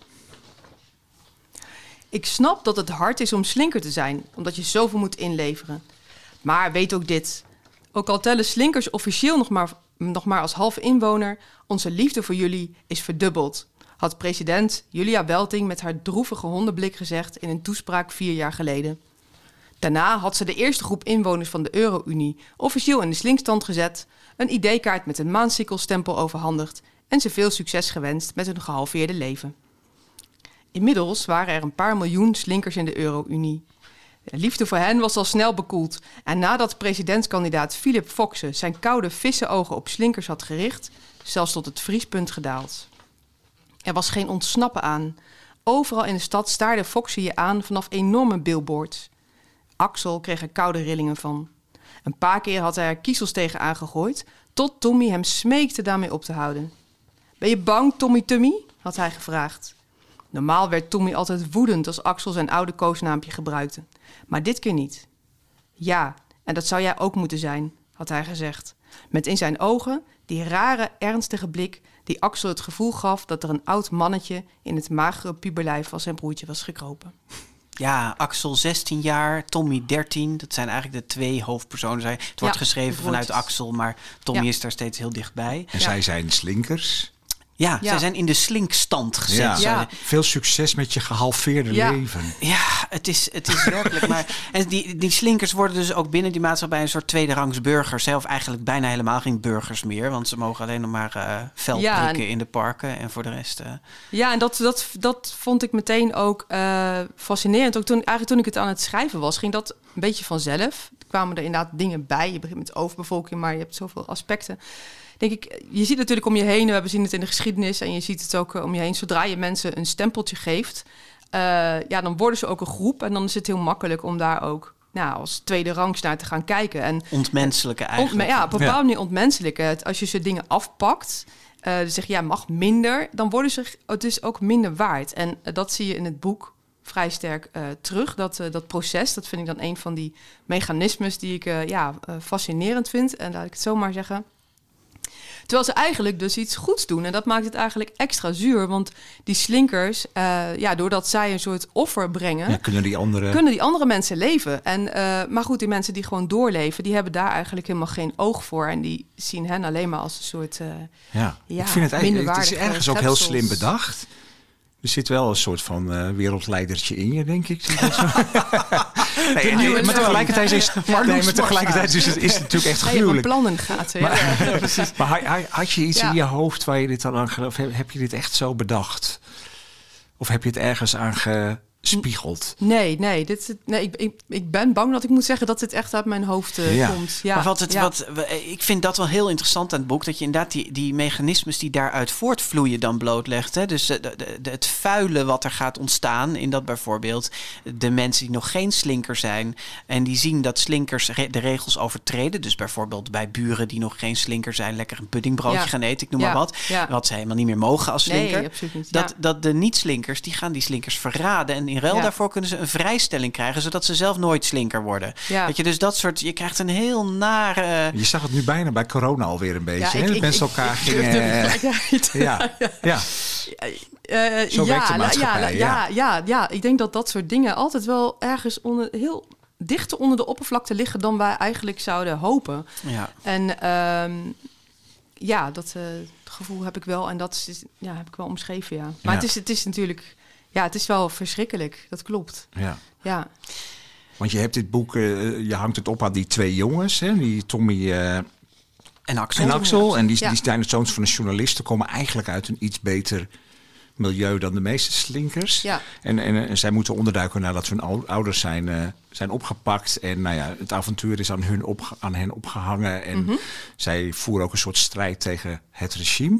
Ik snap dat het hard is om slinker te zijn, omdat je zoveel moet inleveren. Maar weet ook dit. Ook al tellen slinkers officieel nog maar, nog maar als halve inwoner, onze liefde voor jullie is verdubbeld, had president Julia Welting met haar droevige hondenblik gezegd in een toespraak vier jaar geleden. Daarna had ze de eerste groep inwoners van de Euro-Unie officieel in de slinkstand gezet, een I D-kaart met een maansikkelstempel overhandigd en ze veel succes gewenst met hun gehalveerde leven. Inmiddels waren er een paar miljoen slinkers in de Euro-Unie. De liefde voor hen was al snel bekoeld. En nadat presidentskandidaat Philip Foxe zijn koude vissenogen op slinkers had gericht, zelfs tot het vriespunt gedaald. Er was geen ontsnappen aan. Overal in de stad staarde Foxe je aan vanaf enorme billboards. Axel kreeg er koude rillingen van. Een paar keer had hij er kiezels tegen aangegooid, tot Tommy hem smeekte daarmee op te houden. Ben je bang, Tommy Tummy? Had hij gevraagd. Normaal werd Tommy altijd woedend als Axel zijn oude koosnaampje gebruikte. Maar dit keer niet. Ja, en dat zou jij ook moeten zijn, had hij gezegd. Met in zijn ogen die rare, ernstige blik die Axel het gevoel gaf dat er een oud mannetje in het magere puberlijf van zijn broertje was gekropen. Ja, Axel zestien jaar, Tommy dertien. Dat zijn eigenlijk de twee hoofdpersonen. Het wordt Ja, geschreven de vanuit broertjes. Axel, maar Tommy Ja. is daar steeds heel dichtbij. En Ja. zij zijn slinkers. Ja, Ja. zij zijn in de slinkstand gezet. Ja. Zij- Ja. Veel succes met je gehalveerde Ja. leven. Ja, het is, het is werkelijk. Maar en die, die slinkers worden dus ook binnen die maatschappij een soort tweederangs burgers. Zelf eigenlijk bijna helemaal geen burgers meer. Want ze mogen alleen nog maar uh, vel Ja, prikken en- in de parken. En voor de rest... Uh, Ja, en dat, dat, dat vond ik meteen ook uh, fascinerend. Ook toen, eigenlijk toen ik het aan het schrijven was, ging dat een beetje vanzelf. Er kwamen er inderdaad dingen bij. Je begint met overbevolking, maar je hebt zoveel aspecten. Denk ik, je ziet natuurlijk om je heen, we hebben zien het in de geschiedenis en je ziet het ook om je heen. Zodra je mensen een stempeltje geeft, ja, dan worden ze ook een groep. En dan is het heel makkelijk om daar ook nou, als tweede rangs naar te gaan kijken. En, Ontmenselijke eigenlijk. Ont, ja, op een bepaalde manier ontmenselijke. Als je ze dingen afpakt, uh, dus zeg je, ja, mag minder, dan worden ze dus ook minder waard. En uh, dat zie je in het boek vrij sterk uh, terug. Dat, uh, dat proces, dat vind ik dan een van die mechanismes die ik uh, ja, uh, fascinerend vind. En laat ik het zo maar zeggen. Terwijl ze eigenlijk dus iets goeds doen. En dat maakt het eigenlijk extra zuur. Want die slinkers, uh, ja, doordat zij een soort offer brengen, ja, kunnen die andere... kunnen die andere mensen leven. En, uh, maar goed, die mensen die gewoon doorleven, die hebben daar eigenlijk helemaal geen oog voor. En die zien hen alleen maar als een soort uh, ja. ja, ik vind het eigenlijk, het is minderwaardige ergens ook heel schepsels. slim bedacht. Er zit wel een soort van uh, wereldleidertje in je, denk ik. nee, nee, maar tegelijkertijd is, ja, nee, maar tegelijkertijd is het, is het natuurlijk echt gruwelijk. Ja, plannen gaat. Ja. Maar, ja, precies. Maar had je iets ja. in je hoofd waar je dit dan aan gelooft? Heb, heb je dit echt zo bedacht? Of heb je het ergens aan gespiegeld? Nee, nee. Dit, nee ik, ik, ik ben bang dat ik moet zeggen dat dit echt uit mijn hoofd uh, ja. komt. Ja. Maar wat het, ja. wat, ik vind dat wel heel interessant aan het boek. Dat je inderdaad die, die mechanismes die daaruit voortvloeien dan blootlegt. Hè? Dus de, de, de, het vuile wat er gaat ontstaan. In dat bijvoorbeeld de mensen die nog geen slinker zijn. En die zien dat slinkers de regels overtreden. Dus bijvoorbeeld bij buren die nog geen slinker zijn. Lekker een puddingbroodje ja. gaan eten, ik noem ja. maar wat. Ja. Wat ze helemaal niet meer mogen als slinker. Nee, absoluut niet. Dat, ja. dat de niet-slinkers, die gaan die slinkers verraden. En in ruil ja. daarvoor kunnen ze een vrijstelling krijgen. Zodat ze zelf nooit slinker worden. Ja. Weet je, dus dat soort... Je krijgt een heel nare... Je zag het nu bijna bij corona alweer een beetje. Ja, hè? ik, Mensen ik, elkaar ik, gingen... Ik ja, ja, ja. Uh, Zo ja, werkt de maatschappij. Ja, ja. Ja, ja, ja, ik denk dat dat soort dingen altijd wel ergens onder, heel dichter onder de oppervlakte liggen dan wij eigenlijk zouden hopen. Ja. En um, ja, dat uh, gevoel heb ik wel. En dat is, ja, heb ik wel omschreven, ja. Maar ja. het, is, het is natuurlijk... Ja, het is wel verschrikkelijk. Dat klopt. Ja. Ja. Want je hebt dit boek... Uh, je hangt het op aan die twee jongens, hè? Die Tommy... Uh, en Axel. En Axel. En die, ja. die zijn de zoons van een journalisten. Komen eigenlijk uit een iets beter milieu dan de meeste slinkers. Ja. En, en, en zij moeten onderduiken nadat hun ouders zijn, uh, zijn opgepakt. En nou ja, het avontuur is aan, hun opge- aan hen opgehangen. En mm-hmm. zij voeren ook een soort strijd tegen het regime.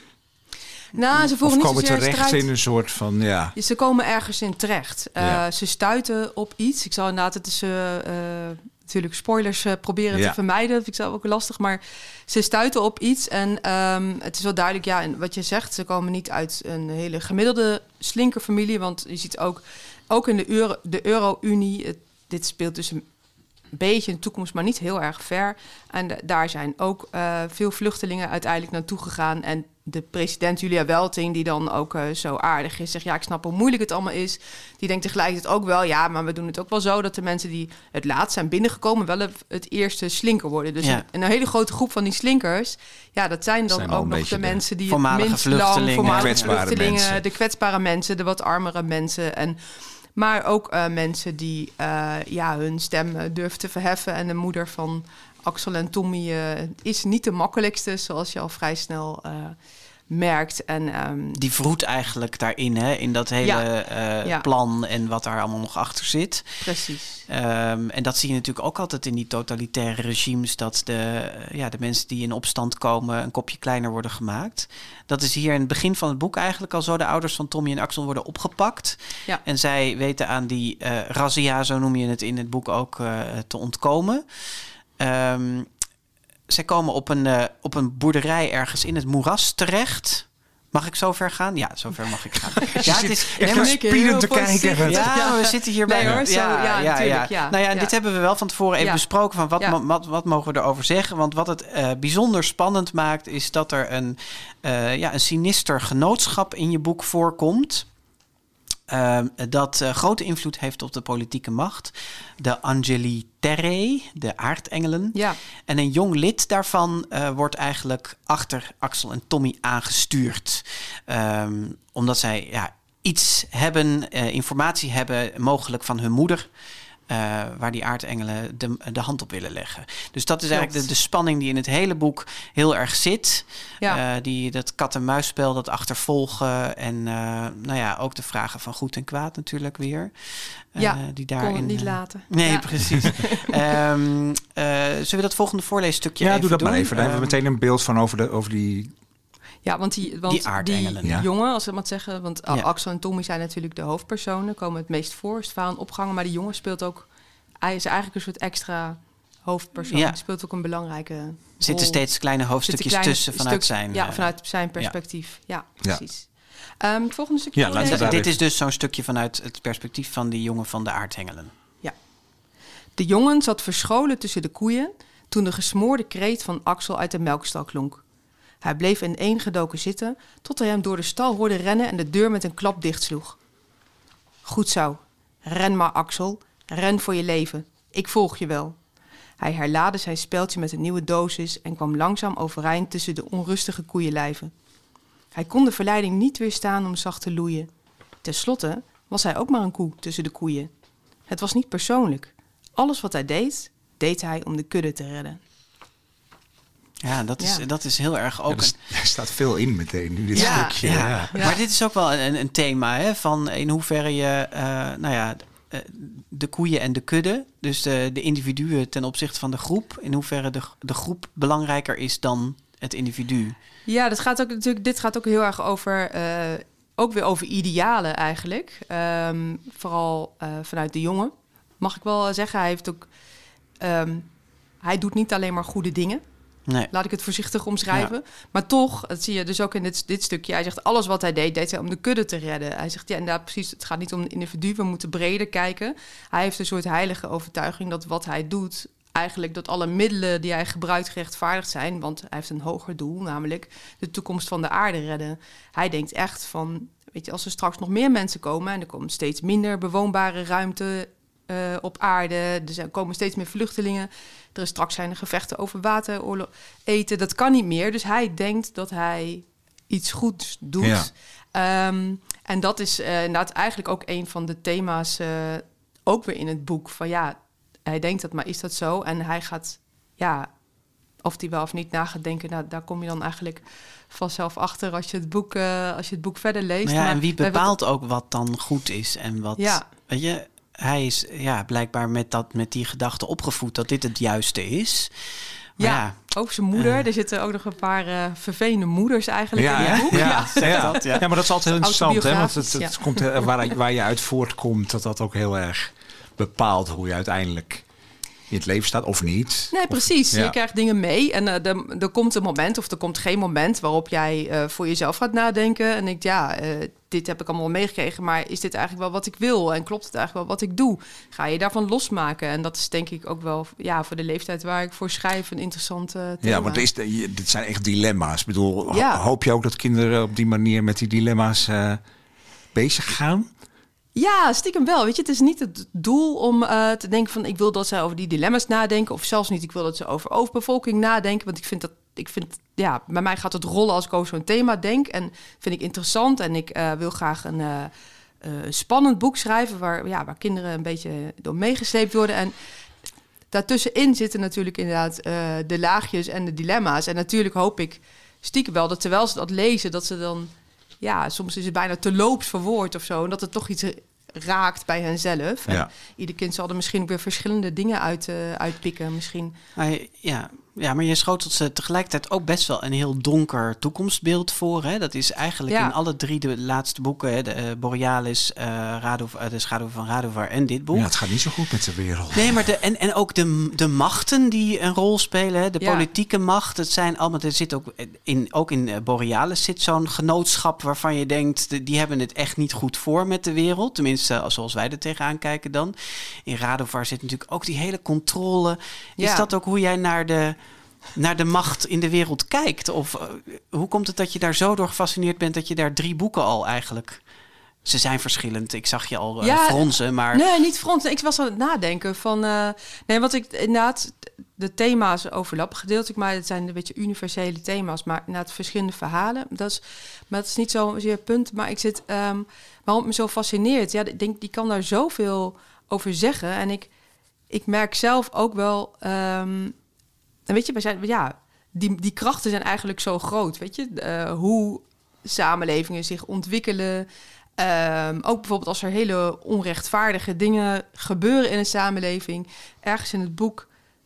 Nou, ze voeren of niet komen zozeer terecht strijd. in een soort van, ja... Ze komen ergens in terecht. Uh, ja. Ze stuiten op iets. Ik zal inderdaad, het is uh, uh, natuurlijk spoilers uh, proberen ja. te vermijden. Dat vind ik zelf ook lastig. Maar ze stuiten op iets. En um, het is wel duidelijk, ja, en wat je zegt, ze komen niet uit een hele gemiddelde slinkerfamilie. Want je ziet ook, ook in de, Euro, de Euro-Unie, het, dit speelt dus een beetje in de toekomst, maar niet heel erg ver. En de, daar zijn ook uh, veel vluchtelingen uiteindelijk naartoe gegaan. En de president Julia Welting, die dan ook uh, zo aardig is, zegt, ja, ik snap hoe moeilijk het allemaal is. Die denkt tegelijkertijd ook wel, ja, maar we doen het ook wel zo dat de mensen die het laatst zijn binnengekomen wel het eerste slinker worden. Dus ja. een, een hele grote groep van die slinkers, ja, dat zijn dan zijn ook nog de, de mensen die het minst lang, voormalige vluchtelingen, mensen. de kwetsbare mensen, de wat armere mensen en maar ook uh, mensen die uh, ja, hun stem uh, durven te verheffen. En de moeder van Axel en Tommy uh, is niet de makkelijkste, zoals je al vrij snel uh, merkt. En, um, die vroet eigenlijk daarin, hè, in dat hele ja. Uh, ja. plan en wat daar allemaal nog achter zit. Precies. Um, en dat zie je natuurlijk ook altijd in die totalitaire regimes, dat de, ja, de mensen die in opstand komen een kopje kleiner worden gemaakt. Dat is hier in het begin van het boek eigenlijk al zo. De ouders van Tommy en Axel worden opgepakt. Ja. En zij weten aan die uh, razzia, zo noem je het in het boek ook, uh, te ontkomen. Um, zij komen op een, uh, op een boerderij ergens in het moeras terecht. Mag ik zo ver gaan? Ja, zo ver mag ik gaan. Ja, het is helemaal spiedend te kijken. Ja, ja, we zitten hier bij... Nee, hoor, zo, ja, ja, ja, natuurlijk. Ja. Ja. Nou ja, ja, dit hebben we wel van tevoren even ja. besproken. Van wat, ja. mo- wat, wat mogen we erover zeggen? Want wat het uh, bijzonder spannend maakt, is dat er een, uh, ja, een sinister genootschap in je boek voorkomt. Uh, dat uh, grote invloed heeft op de politieke macht. De Angeli Terre, de aardengelen. Ja. En een jong lid daarvan uh, wordt eigenlijk achter Axel en Tommy aangestuurd. Um, omdat zij ja, iets hebben, uh, informatie hebben, mogelijk van hun moeder. Uh, waar die aardengelen de, de hand op willen leggen. Dus dat is eigenlijk de, de spanning die in het hele boek heel erg zit. Ja. Uh, die, dat kat-en-muisspel, dat achtervolgen. En uh, nou ja, ook de vragen van goed en kwaad natuurlijk weer. Uh, ja, die daarin, kon het niet uh, laten. Nee, ja. Precies. um, uh, zullen we dat volgende voorleesstukje ja, even doen? Ja, doe dat doen? maar even. Daar um, hebben we meteen een beeld van over, de, over die... Ja, want die, want Die aardengelen, die ja. jongen, als ik maar zeggen... want Ja. Axel en Tommy zijn natuurlijk de hoofdpersonen... komen het meest voor, is het verhaal opgangen... maar die jongen speelt ook... hij is eigenlijk een soort extra hoofdpersoon. Ja. Hij speelt ook een belangrijke Er rol. zitten steeds kleine Zitten hoofdstukjes kleine tussen vanuit stuk- zijn... Ja, eh, vanuit zijn perspectief. Ja, Ja. precies. Ehm, het volgende stukje... Ja, laten we voorlezen. daar- Dit is dus zo'n stukje vanuit het perspectief van die jongen van de aardhengelen. De jongen zat verscholen tussen de koeien... toen de gesmoorde kreet van Axel uit de melkstal klonk. Hij bleef ineengedoken zitten... tot hij hem door de stal hoorde rennen... en de deur met een klap dichtsloeg. Goed zo. Ren maar, Axel. Ren voor je leven. Ik volg je wel. Hij herlaadde zijn speldje met een nieuwe dosis... en kwam langzaam overeind tussen de onrustige koeienlijven. Hij kon de verleiding niet weerstaan om zacht te loeien. Ten slotte was hij ook maar een koe tussen de koeien. Het was niet persoonlijk. Alles wat hij deed, deed hij om de kudde te redden. Ja, dat is, Ja. dat is heel erg Ja, ook... er, een- er staat veel in meteen nu, dit Ja, stukje. ja. Ja. Ja. Maar dit is ook wel een, een thema, hè, van in hoeverre je, uh, nou ja, uh, de koeien en de kudde, dus de, de individuen ten opzichte van de groep, in hoeverre de, de groep belangrijker is dan het individu. Ja, dat gaat ook natuurlijk. Dit gaat ook heel erg over, uh, ook weer over idealen eigenlijk. Um, vooral uh, vanuit de jongen. Mag ik wel zeggen, hij heeft ook, um, hij doet niet alleen maar goede dingen. Nee. Laat ik het voorzichtig omschrijven. Ja. Maar toch, dat zie je dus ook in dit, dit stukje. Hij zegt, alles wat hij deed, deed hij om de kudde te redden. Hij zegt, ja, inderdaad, precies, het gaat niet om een individu. We moeten breder kijken. Hij heeft een soort heilige overtuiging dat wat hij doet... eigenlijk dat alle middelen die hij gebruikt gerechtvaardigd zijn. Want hij heeft een hoger doel, namelijk de toekomst van de aarde redden. Hij denkt echt van, weet je, als er straks nog meer mensen komen... en er komt steeds minder bewoonbare ruimte uh, op aarde... er zijn, komen steeds meer vluchtelingen... er is straks zijn er gevechten over water, oorlog, eten... dat kan niet meer, dus hij denkt dat hij iets goeds doet. Ja. Um, en dat is uh, inderdaad eigenlijk ook een van de thema's... Uh, ook weer in het boek, van ja... Hij denkt dat, maar is dat zo? En hij gaat, ja, of hij wel of niet na gaat denken... Nou, daar kom je dan eigenlijk vanzelf achter als je het boek, uh, als je het boek verder leest. Ja, maar en wie bepaalt ook wat dan goed is en wat... Ja. Weet je, hij is ja, blijkbaar met, dat, met die gedachte opgevoed dat dit het juiste is. Maar ja, ja, ook zijn moeder. Uh, er zitten ook nog een paar uh, vervelende moeders eigenlijk ja, in het boek. Ja, ja. ja. Dat, ja. ja, maar dat is altijd heel interessant, hè? Want het, het ja. komt, waar, waar je uit voortkomt, dat dat ook heel erg bepaalt hoe je uiteindelijk... in het leven staat, of niet. Nee, precies. Of, ja. Je krijgt dingen mee en uh, er, er komt een moment of er komt geen moment... waarop jij uh, voor jezelf gaat nadenken en denkt... ja, uh, dit heb ik allemaal meegekregen, maar is dit eigenlijk wel wat ik wil? En klopt het eigenlijk wel wat ik doe? Ga je daarvan losmaken? En dat is denk ik ook wel ja, voor de leeftijd waar ik voor schrijf... een interessante thema. Ja, want is de, dit zijn echt dilemma's. Ik bedoel, ja. hoop je ook dat kinderen op die manier met die dilemma's uh, bezig gaan? Ja, stiekem wel. Weet je, het is niet het doel om uh, te denken van... ik wil dat zij over die dilemma's nadenken. Of zelfs niet, ik wil dat ze over overbevolking nadenken. Want ik vind dat, ik vind, ja, bij mij gaat het rollen als ik over zo'n thema denk. En vind ik interessant. En ik uh, wil graag een uh, uh, spannend boek schrijven... Waar, ja, waar kinderen een beetje door meegesleept worden. En daartussenin zitten natuurlijk inderdaad uh, de laagjes en de dilemma's. En natuurlijk hoop ik stiekem wel dat terwijl ze dat lezen... dat ze dan... Ja, soms is het bijna te loops verwoord of zo. En dat het toch iets raakt bij henzelf. Ja. En ieder kind zal er misschien ook weer verschillende dingen uit, uh, uitpikken. Misschien. Ja, ja, maar je schotelt ze tegelijkertijd ook best wel een heel donker toekomstbeeld voor. Hè? Dat is eigenlijk ja. in alle drie de laatste boeken. Hè? De, uh, Borealis, uh, Radov, uh, De Schaduw van Radovar en dit boek. Ja, het gaat niet zo goed met de wereld. Nee, maar de, en, en ook de, de machten die een rol spelen. Hè? De ja. politieke macht. Het zijn allemaal, er zit ook in, ook in uh, Borealis zit zo'n genootschap waarvan je denkt... De, die hebben het echt niet goed voor met de wereld. Tenminste, uh, zoals wij er tegenaan kijken dan. In Radovar zit natuurlijk ook die hele controle. Ja. Is dat ook hoe jij naar de... naar de macht in de wereld kijkt? Of uh, hoe komt het dat je daar zo door gefascineerd bent... dat je daar drie boeken al eigenlijk... Ze zijn verschillend. Ik zag je al uh, ja, fronsen, maar... Nee, niet fronsen. Ik was aan het nadenken van... Uh, nee, wat ik inderdaad... De thema's overlappen gedeeltelijk, maar het zijn een beetje universele thema's. Maar inderdaad verschillende verhalen. Dat is, maar dat is niet zozeer punt. Maar ik zit... Um, waarom het me zo fascineert... Ja, ik denk, die kan daar zoveel over zeggen. En ik, ik merk zelf ook wel... Um, En weet je, wij zijn, ja, die, die krachten zijn eigenlijk zo groot. Weet je, uh, hoe samenlevingen zich ontwikkelen. Um, ook bijvoorbeeld als er hele onrechtvaardige dingen gebeuren in een samenleving. Ergens in het boek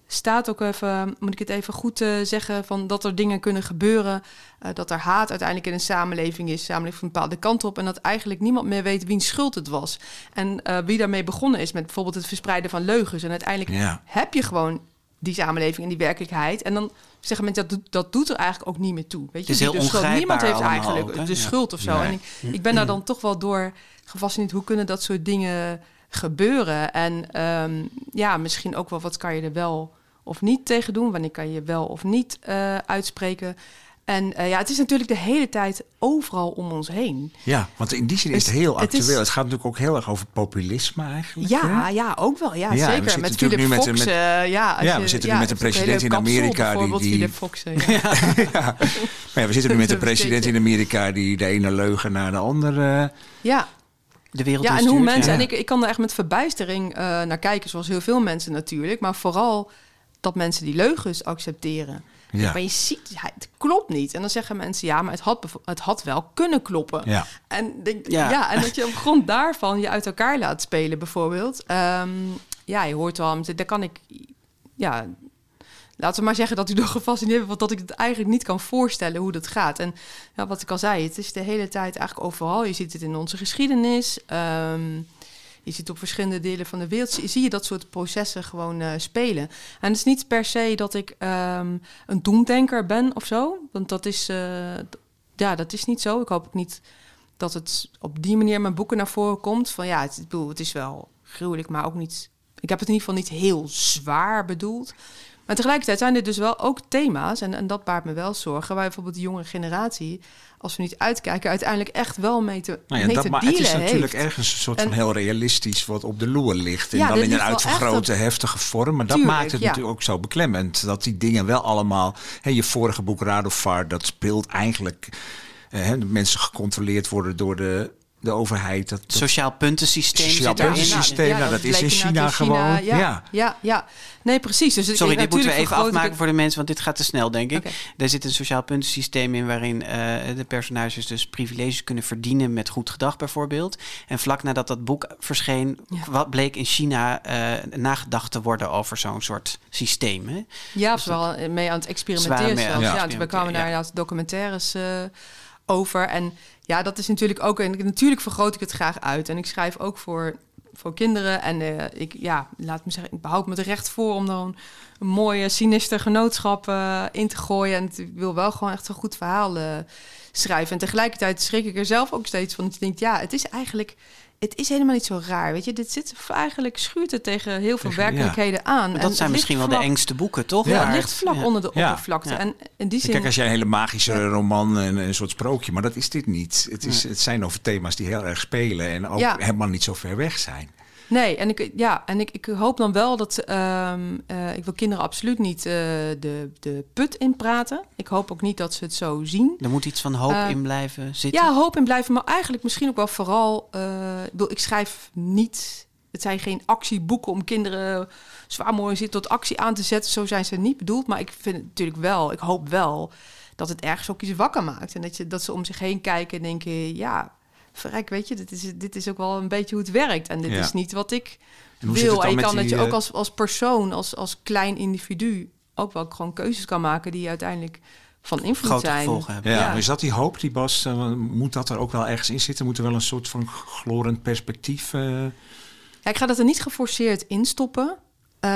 staat ook even, moet ik het even goed uh, zeggen, van dat er dingen kunnen gebeuren, uh, dat er haat uiteindelijk in een samenleving is, samenleving van een bepaalde kant op, en dat eigenlijk niemand meer weet wiens schuld het was. En uh, wie daarmee begonnen is met bijvoorbeeld het verspreiden van leugens. En uiteindelijk ja. heb je gewoon die samenleving en die werkelijkheid. En dan zeggen mensen, dat, dat doet er eigenlijk ook niet meer toe. Weet je? Het is heel ongrijpbaar. Niemand heeft eigenlijk ook, de schuld of zo. Nee. En ik, ik ben daar dan toch wel door gefascineerd. Hoe kunnen dat soort dingen gebeuren? En um, ja, misschien ook wel, wat kan je er wel of niet tegen doen? Wanneer kan je wel of niet uh, uitspreken? En uh, ja, het is natuurlijk de hele tijd overal om ons heen. Ja, want in die zin is het heel het actueel. Is, het gaat natuurlijk ook heel erg over populisme eigenlijk. Ja, ja ook wel. Ja, ja zeker. Met Philip Fox. Met, met, uh, ja, ja, we zitten ja, nu met een president in Amerika. Die, die, Philip Fox, ja. ja. ja. Maar ja, we zitten nu met een president in Amerika die de ene leugen naar de andere... Ja. De wereld ja, en stuurt, hoe mensen... Ja. En ik, ik kan er echt met verbijstering uh, naar kijken, zoals heel veel mensen natuurlijk. Maar vooral dat mensen die leugens accepteren. Ja. Maar je ziet, het klopt niet. En dan zeggen mensen, ja, maar het had, het had wel kunnen kloppen. Ja. En, denk, ja. Ja, en dat je op grond daarvan je uit elkaar laat spelen, bijvoorbeeld. Um, ja, je hoort wel, daar kan ik... Ja, laten we maar zeggen dat u nog gefascineerd bent, want dat ik het eigenlijk niet kan voorstellen hoe dat gaat. En ja, wat ik al zei, het is de hele tijd eigenlijk overal. Je ziet het in onze geschiedenis. Um, Je ziet op verschillende delen van de wereld, zie, zie je dat soort processen gewoon uh, spelen. En het is niet per se dat ik um, een doemdenker ben of zo. Want dat is, uh, d- ja, dat is niet zo. Ik hoop ook niet dat het op die manier in mijn boeken naar voren komt. Van ja, het, ik bedoel, het is wel gruwelijk, maar ook niet... Ik heb het in ieder geval niet heel zwaar bedoeld. Maar tegelijkertijd zijn er dus wel ook thema's, en, en dat baart me wel zorgen, waar bijvoorbeeld de jongere generatie, als we niet uitkijken, uiteindelijk echt wel mee te, nou ja, mee dat, te maar dealen het is natuurlijk heeft. ergens een soort en, van heel realistisch wat op de loer ligt. En ja, dan in een uitvergrote, uitvergrote, heftige vorm. Maar dat tuurlijk, maakt het ja. natuurlijk ook zo beklemmend. Dat die dingen wel allemaal... Hè, je vorige boek Radovaar, dat speelt eigenlijk... Eh, hè, mensen gecontroleerd worden door de... de overheid. Dat, dat sociaal puntensysteem. Sociaal puntensysteem, ja, nou, dat, dat is in China, in gewoon. China, ja, ja. ja, ja. Nee, precies. Dus Sorry, dit moeten we even afmaken ik... voor de mensen, want dit gaat te snel, denk ik. Okay. Er zit een sociaal puntensysteem in waarin uh, de personages dus privileges kunnen verdienen met goed gedrag bijvoorbeeld. En vlak nadat dat boek verscheen, ja. wat bleek in China uh, nagedacht te worden over zo'n soort systeem. Hè? Ja, dus we wel mee aan het experimenteren zelfs. Ja, ja, we kwamen daar inderdaad documentaires uh, over. En ja, dat is natuurlijk ook... En natuurlijk vergroot ik het graag uit. En ik schrijf ook voor, voor kinderen. En uh, ik, ja, laat me zeggen, ik behoud me het recht voor om dan een mooie, sinister genootschap uh, in te gooien. En ik wil wel gewoon echt een goed verhaal uh, schrijven. En tegelijkertijd schrik ik er zelf ook steeds van. Dat je denkt, ja, het is eigenlijk... Het is helemaal niet zo raar, weet je. Dit zit eigenlijk schuurt het tegen heel veel werkelijkheden ja. aan. Maar dat en zijn misschien vlak, wel de engste boeken, toch? Ja, ja het ligt vlak ja. onder de oppervlakte. Ja. En in die zin... Kijk, als jij een hele magische ja. roman en een soort sprookje, maar dat is dit niet. Het, is, ja. het zijn over thema's die heel erg spelen en ook ja. helemaal niet zo ver weg zijn. Nee, en ik, ja, en ik, ik hoop dan wel dat... Um, uh, ik wil kinderen absoluut niet uh, de, de put in praten. Ik hoop ook niet dat ze het zo zien. Er moet iets van hoop uh, in blijven zitten. Ja, hoop in blijven, maar eigenlijk misschien ook wel vooral... Uh, ik, bedoel, ik schrijf niet... Het zijn geen actieboeken om kinderen zwaar mooi zit tot actie aan te zetten. Zo zijn ze niet bedoeld. Maar ik vind het natuurlijk wel... Ik hoop wel dat het ergens ook iets wakker maakt. En dat, je, dat ze om zich heen kijken en denken... ja. Verrek, weet je, dit is, dit is ook wel een beetje hoe het werkt. En dit ja. is niet wat ik en wil. En je kan die, dat je ook als, als persoon, als, als klein individu... ook wel gewoon keuzes kan maken die uiteindelijk van invloed grote zijn. gevolgen hebben. Ja, Ja. Maar is dat die hoop, die Bas? Uh, moet dat er ook wel ergens in zitten? Moet er wel een soort van glorend perspectief... Uh... Ja, ik ga dat er niet geforceerd in stoppen. Uh,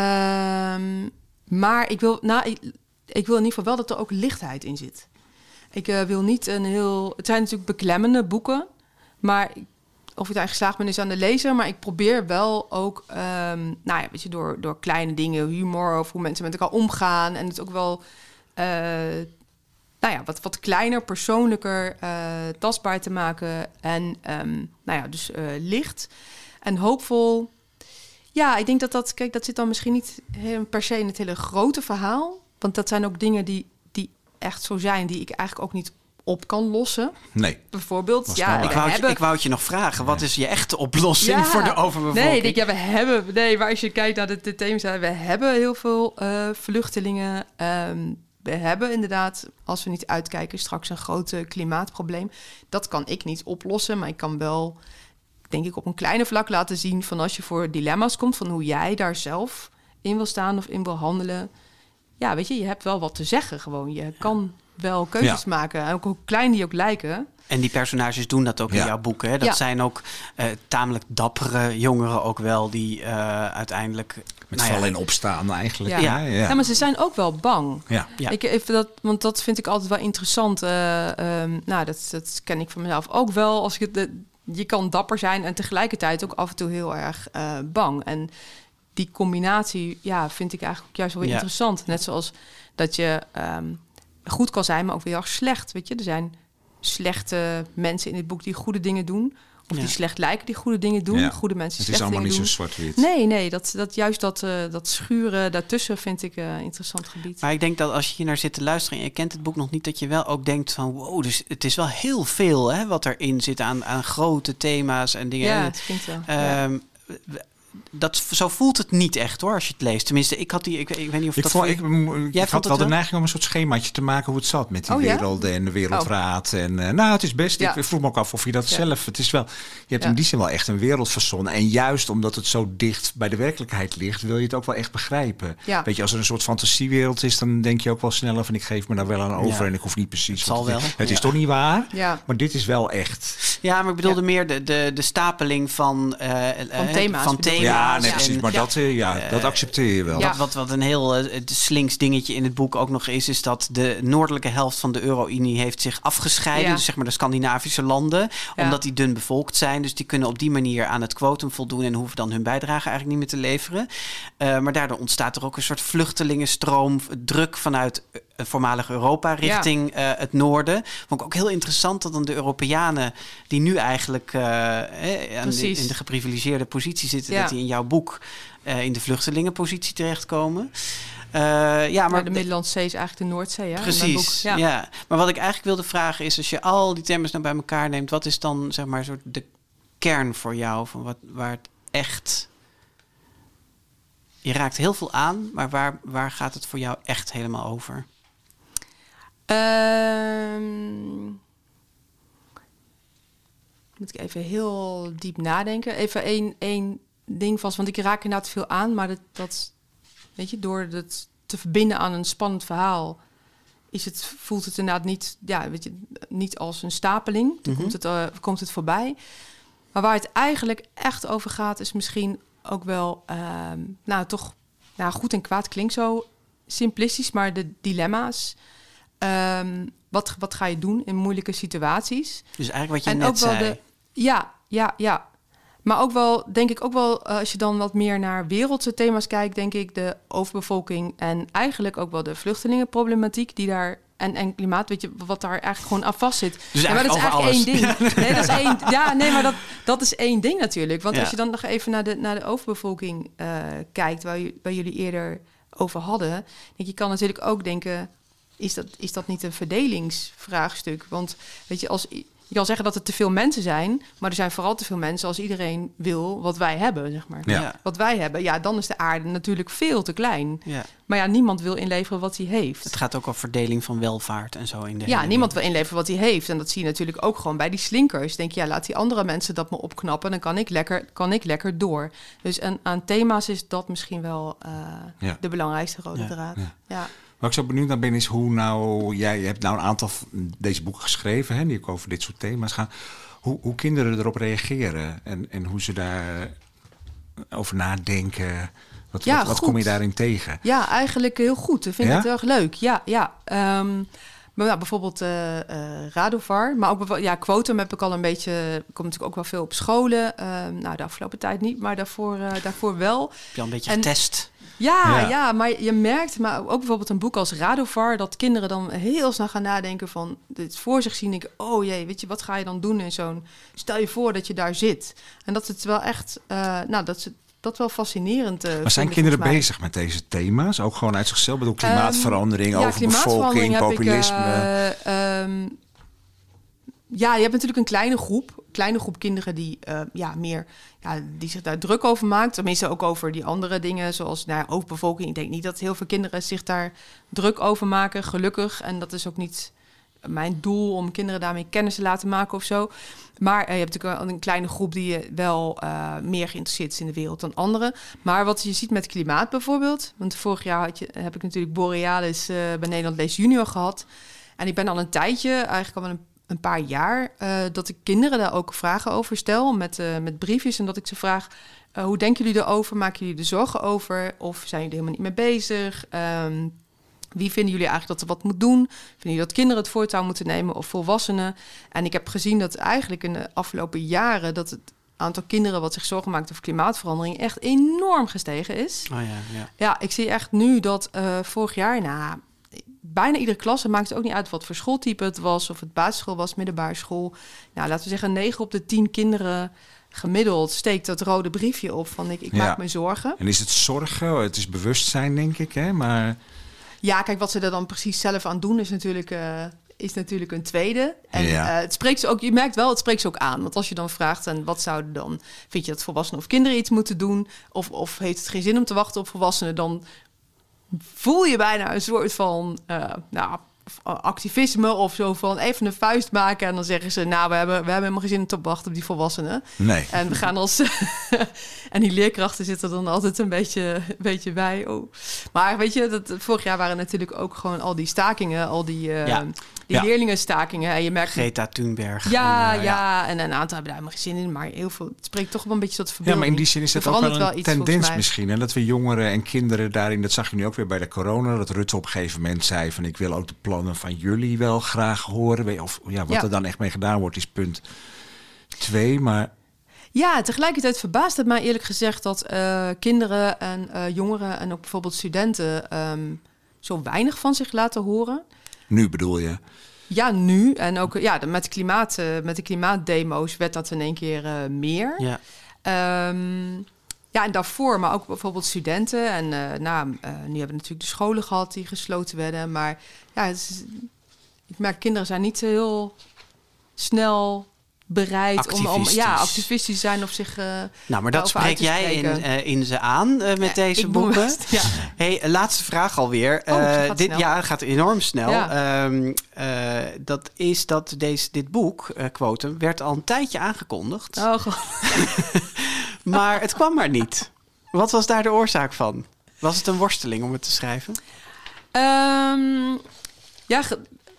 maar ik wil, nou, ik, ik wil in ieder geval wel dat er ook lichtheid in zit. Ik uh, wil niet een heel... Het zijn natuurlijk beklemmende boeken... Maar of ik daar geslaagd ben is aan de lezer. Maar ik probeer wel ook, um, nou ja, weet je, door, door kleine dingen, humor of hoe mensen met elkaar omgaan. En het ook wel, uh, nou ja, wat, wat kleiner, persoonlijker, uh, tastbaar te maken. En, um, nou ja, dus uh, licht en hoopvol. Ja, ik denk dat dat, kijk, dat zit dan misschien niet per se in het hele grote verhaal. Want dat zijn ook dingen die, die echt zo zijn, die ik eigenlijk ook niet op kan lossen. Nee. Bijvoorbeeld. Ja, ik, wou hebben... ik wou het je nog vragen. Wat is je echte oplossing ja. voor de overbevolking? Nee, ik, ja, we hebben... Nee, maar als je kijkt naar de, de thema's... We hebben heel veel uh, vluchtelingen. Um, we hebben inderdaad, als we niet uitkijken... straks een groot klimaatprobleem. Dat kan ik niet oplossen. Maar ik kan wel, denk ik, op een kleine vlak laten zien... van als je voor dilemma's komt... van hoe jij daar zelf in wil staan of in wil handelen. Ja, weet je, je hebt wel wat te zeggen gewoon. Je kan wel keuzes ja. maken, ook hoe klein die ook lijken. En die personages doen dat ook ja. in jouw boeken. Hè? Dat ja. zijn ook uh, tamelijk dappere jongeren ook wel... die uh, uiteindelijk... Met nou vallen ja, en opstaan eigenlijk. Ja. Ja. Ja. ja, maar ze zijn ook wel bang. Ja. Ja. Ik, even dat, want dat vind ik altijd wel interessant. Uh, um, nou, dat, dat ken ik van mezelf ook wel. Als ik het, de, je kan dapper zijn en tegelijkertijd ook af en toe heel erg uh, bang. En die combinatie ja, vind ik eigenlijk ook juist wel ja. interessant. Net zoals dat je um, goed kan zijn, maar ook weer heel erg slecht. Weet je, er zijn... slechte mensen in dit boek die goede dingen doen. Of ja. die slecht lijken die goede dingen doen. Ja. Goede mensen die het slechte dingen doen. Het is allemaal niet zo zwart-wit. Nee, nee. Dat, dat, juist dat, uh, dat schuren daartussen vind ik een uh, interessant gebied. Maar ik denk dat als je hier naar zit te luisteren... en je kent het boek nog niet... dat je wel ook denkt van... wow, dus het is wel heel veel hè, wat erin zit aan, aan grote thema's en dingen. Ja, het klinkt wel. Um, ja. Dat, zo voelt het niet echt hoor, als je het leest. Tenminste, ik had die... Ik, ik weet niet of ik dat... Vond, voor... ik, ik, ik had wel de neiging om een soort schemaatje te maken... hoe het zat met die oh, ja? werelden en de wereldraad. Oh. En, uh, nou, het is best. Ja. Ik vroeg me ook af of je dat ja. zelf... Het is wel, je hebt ja. in die zin wel echt een wereld verzonnen. En juist omdat het zo dicht bij de werkelijkheid ligt... wil je het ook wel echt begrijpen. Ja. Weet je, als er een soort fantasiewereld is... dan denk je ook wel sneller van... ik geef me daar wel aan over ja. en ik hoef niet precies... Het zal wel. Het, het ja. is toch niet waar? Ja. Maar dit is wel echt... Ja, maar ik bedoelde ja. meer de, de, de stapeling van... Uh, van thema's. Van thema's ja, nee, precies. En, Maar ja. dat, uh, ja, dat accepteer je wel. Ja. Wat, wat, wat een heel uh, slinks dingetje in het boek ook nog is... is dat de noordelijke helft van de Euro-Unie heeft zich afgescheiden. Ja. Dus zeg maar de Scandinavische landen. Ja. Omdat die dun bevolkt zijn. Dus die kunnen op die manier aan het quotum voldoen... en hoeven dan hun bijdrage eigenlijk niet meer te leveren. Uh, maar daardoor ontstaat er ook een soort vluchtelingenstroom... druk vanuit een voormalig Europa richting ja. uh, het noorden. Vond ik ook heel interessant dat dan de Europeanen... die nu eigenlijk uh, eh, in de geprivilegeerde positie zitten... Ja. dat die in jouw boek uh, in de vluchtelingenpositie terechtkomen. Uh, ja, maar ja, de Middellandse Zee is eigenlijk de Noordzee. Hè, precies, ja. ja. Maar wat ik eigenlijk wilde vragen is... als je al die thema's nou bij elkaar neemt... wat is dan zeg maar soort de kern voor jou? Van wat, waar het echt... Je raakt heel veel aan, maar waar, waar gaat het voor jou echt helemaal over? Um, moet ik even heel diep nadenken. Even één, één ding vast, want ik raak inderdaad veel aan, maar dat, dat weet je, door het te verbinden aan een spannend verhaal, is het, voelt het inderdaad niet, ja, weet je, niet als een stapeling. Dan mm-hmm. komt het, uh, komt het voorbij. Maar waar het eigenlijk echt over gaat, is misschien ook wel, um, nou toch, nou goed en kwaad klinkt zo simplistisch, maar de dilemma's. Um, wat, wat ga je doen in moeilijke situaties? Dus eigenlijk wat je en net ook wel zei. De, ja, ja, ja. Maar ook wel, denk ik ook wel, uh, als je dan wat meer naar wereldse thema's kijkt, denk ik, de overbevolking en eigenlijk ook wel de vluchtelingenproblematiek die daar en, en klimaat, weet je, wat daar eigenlijk gewoon aan vast zit. Dus ja, maar dat is eigenlijk alles. één ding. Nee, dat is één. Ja, nee, maar dat, dat is één ding natuurlijk. Want ja. als je dan nog even naar de, naar de overbevolking uh, kijkt, waar, je, waar jullie eerder over hadden, denk je, kan natuurlijk ook denken, is dat, is dat niet een verdelingsvraagstuk? Want weet je, als je kan zeggen dat er te veel mensen zijn, maar er zijn vooral te veel mensen als iedereen wil wat wij hebben, zeg maar. Ja. Wat wij hebben, ja, dan is de aarde natuurlijk veel te klein. Ja. Maar ja, niemand wil inleveren wat hij heeft. Het gaat ook over verdeling van welvaart en zo in de. Ja, niemand wil inleveren wat hij heeft. En dat zie je natuurlijk ook gewoon bij die slinkers. Denk je, ja, laat die andere mensen dat maar opknappen, dan kan ik lekker, kan ik lekker door. Dus en, aan thema's is dat misschien wel uh, ja. de belangrijkste rode ja. draad. Ja. Ja. Waar ik zo benieuwd naar ben is hoe nou... Jij hebt nou een aantal deze boeken geschreven, hè, die ook over dit soort thema's gaan. Hoe, hoe kinderen erop reageren en, en hoe ze daar over nadenken. Wat, Ja, wat, wat kom je daarin tegen? Ja, eigenlijk heel goed. Ik vind Ja? het heel erg leuk. Ja, ja. Um, maar ja, bijvoorbeeld uh, uh, Radovar, maar ook bijvoorbeeld, ja, quotum heb ik al een beetje, komt natuurlijk ook wel veel op scholen. Um, nou, de afgelopen tijd niet, maar daarvoor, uh, daarvoor wel. Heb je al een beetje En- getest? Ja, Ja. ja, maar je merkt, maar ook bijvoorbeeld een boek als Radovar, dat kinderen dan heel snel gaan nadenken van dit voor zich zien. Denken, oh jee, weet je, wat ga je dan doen in zo'n? Stel je voor dat je daar zit. En dat het wel echt, uh, nou, dat ze dat wel fascinerend. Uh, Maar zijn vinden, kinderen volgens mij. bezig met deze thema's? Ook gewoon uit zichzelf? Ik bedoel, klimaatverandering, Um, ja, overbevolking, klimaatverandering heb ik, populisme. uh, um, ja, je hebt natuurlijk een kleine groep. Kleine groep kinderen die, uh, ja, meer, ja, die zich daar druk over maakt. Tenminste ook over die andere dingen, zoals nou, ja, overbevolking. Ik denk niet dat heel veel kinderen zich daar druk over maken, gelukkig. En dat is ook niet mijn doel om kinderen daarmee kennis te laten maken of zo. Maar uh, je hebt natuurlijk wel een kleine groep die wel uh, meer geïnteresseerd is in de wereld dan anderen. Maar wat je ziet met klimaat bijvoorbeeld. Want vorig jaar had je, heb ik natuurlijk Borealis uh, bij Nederland Lees Junior gehad. En ik ben al een tijdje, eigenlijk al wel een, een paar jaar, uh, dat ik kinderen daar ook vragen over stel met, uh, met briefjes. En dat ik ze vraag, uh, hoe denken jullie erover? Maken jullie er zorgen over? Of zijn jullie helemaal niet mee bezig? Um, Wie vinden jullie eigenlijk dat er wat moet doen? Vinden jullie dat kinderen het voortouw moeten nemen of volwassenen? En ik heb gezien dat eigenlijk in de afgelopen jaren dat het aantal kinderen wat zich zorgen maakt over klimaatverandering echt enorm gestegen is. Oh ja, ja. Ja, ik zie echt nu dat uh, vorig jaar, nou, bijna iedere klas, het maakt ook niet uit wat voor schooltype het was, of het basisschool was, middelbare school. Nou, laten we zeggen, negen op de tien kinderen gemiddeld steekt dat rode briefje op van ik, ik Ja. maak me zorgen. En is het zorgen? Het is bewustzijn, denk ik, hè? Maar Ja, kijk, wat ze er dan precies zelf aan doen is natuurlijk, uh, is natuurlijk een tweede. En Ja. uh, het spreekt ze ook, je merkt wel, het spreekt ze ook aan. Want als je dan vraagt, en wat zouden dan, vind je dat volwassenen of kinderen iets moeten doen? Of, of heeft het geen zin om te wachten op volwassenen? Dan voel je bijna een soort van, uh, nou, activisme of zo van even een vuist maken. En dan zeggen ze, nou, we hebben, we hebben helemaal geen zin om te wachten op die volwassenen. nee. En we gaan als... en die leerkrachten zitten dan altijd een beetje, een beetje bij. Oh. Maar weet je, dat, vorig jaar waren natuurlijk ook gewoon al die stakingen. Al die, uh, Ja. die Ja. leerlingenstakingen. En je merkt... Greta Thunberg. Ja, En, uh, ja, en een aantal hebben daar helemaal geen zin in. Maar heel veel, het spreekt toch wel een beetje tot Ja, verbeelding. maar in die zin is Er dat ook wel verandert een wel iets, volgens tendens mij. misschien. En dat we jongeren en kinderen daarin, dat zag je nu ook weer bij de corona, dat Rutte op een gegeven moment zei van ik wil ook de plannen van jullie wel graag horen. Of ja, wat Ja. er dan echt mee gedaan wordt is punt twee. Maar Ja, tegelijkertijd verbaast het mij eerlijk gezegd dat uh, kinderen en uh, jongeren en ook bijvoorbeeld studenten um, zo weinig van zich laten horen. nu bedoel je? Ja, nu. En ook ja, de- met, klimaat, uh, met de klimaatdemo's werd dat in één keer uh, meer. Ja. Ehm, ja, en daarvoor, maar ook bijvoorbeeld studenten. En uh, nou, uh, nu hebben we natuurlijk de scholen gehad die gesloten werden. Maar ja, het is, ik merk kinderen zijn niet heel snel bereid om, om Activistisch. ja, activistisch te zijn of zich... Uh, Nou, maar dat daarover uit spreek te jij in, spreken. uh, in ze aan uh, met Ja, deze ik doe boeken. mijn best, ja. Hey, uh, laatste vraag alweer. Oh, Uh, het gaat dit snel. ja, het gaat enorm snel. Ja. Um, uh, dat is dat deze, dit boek, uh, Quotum, werd al een tijdje aangekondigd. Oh, god. Maar het kwam maar niet. Wat was daar de oorzaak van? Was het een worsteling om het te schrijven? Um, ja, ge-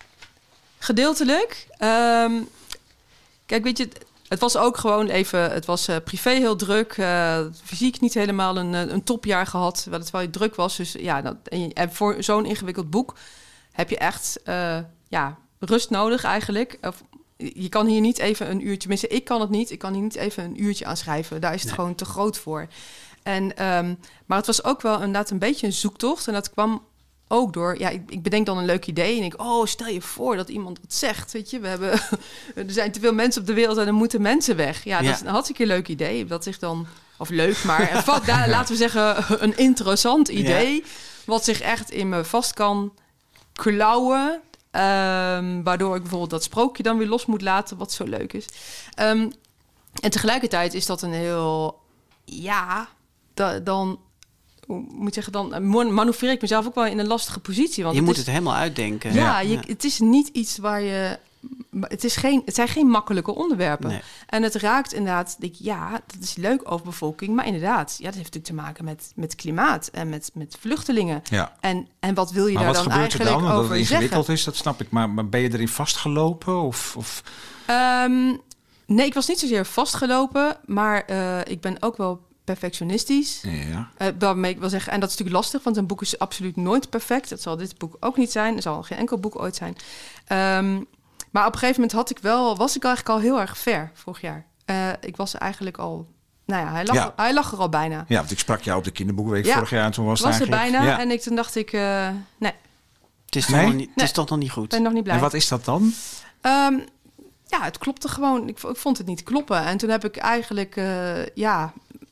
gedeeltelijk. Um, kijk, weet je, het, het was ook gewoon even... Het was uh, privé heel druk. Uh, fysiek niet helemaal een, een topjaar gehad. Terwijl het wel druk was. Dus ja, dat, en, je- en voor zo'n ingewikkeld boek heb je echt uh, ja, rust nodig eigenlijk. Of, je kan hier niet even een uurtje... Tenminste, ik kan het niet. Ik kan hier niet even een uurtje aan schrijven. Daar is het Nee. gewoon te groot voor. En, um, maar het was ook wel inderdaad een beetje een zoektocht. En dat kwam ook door... Ja, ik, ik bedenk dan een leuk idee. En ik, oh, stel je voor dat iemand wat zegt. Weet je, we hebben... er zijn te veel mensen op de wereld en er moeten mensen weg. Ja, dat Ja. is een hartstikke leuk idee. Dat zich dan... Of leuk, maar een vak, daar, laten we zeggen een interessant idee. Wat zich echt in me vast kan klauwen. Um, waardoor ik bijvoorbeeld dat sprookje dan weer los moet laten, wat zo leuk is. Um, en tegelijkertijd is dat een heel... Ja, da, dan... Hoe moet je zeggen, dan manoeuvreer ik mezelf ook wel in een lastige positie. Want Je het moet is, het helemaal uitdenken. Ja, je, het is niet iets waar je... Het, is geen, het zijn geen makkelijke onderwerpen. Nee. En het raakt inderdaad, denk ik, ja, dat is leuk over bevolking. Maar inderdaad, ja, dat heeft natuurlijk te maken met, met klimaat en met, met vluchtelingen. Ja. En, en wat wil je Maar daar wat dan gebeurt er eigenlijk dan? Dat het over ingewikkeld zeggen? is, dat snap ik. Maar, maar ben je erin vastgelopen? Of, of... Um, nee, ik was niet zozeer vastgelopen, maar uh, ik ben ook wel perfectionistisch. Ja. Uh, waarmee ik wil zeggen, en dat is natuurlijk lastig, want een boek is absoluut nooit perfect. Dat zal dit boek ook niet zijn. Er zal geen enkel boek ooit zijn. Um, maar op een gegeven moment had ik wel, was ik eigenlijk al heel erg ver vorig jaar. Uh, ik was eigenlijk al, nou ja, hij lag, Ja. hij lag er al bijna. ja, want ik sprak jou op de kinderboekenweek Ja. vorig jaar en toen was het was er eigenlijk... bijna Ja. en ik, toen dacht ik, uh, nee, Het is, toch Nee? nog niet, het is Nee. toch nog niet goed? ik ben nog niet blij. En wat is dat dan? Um, ja, het klopte gewoon. Ik, ik vond het niet kloppen. En toen heb ik eigenlijk, uh, ja,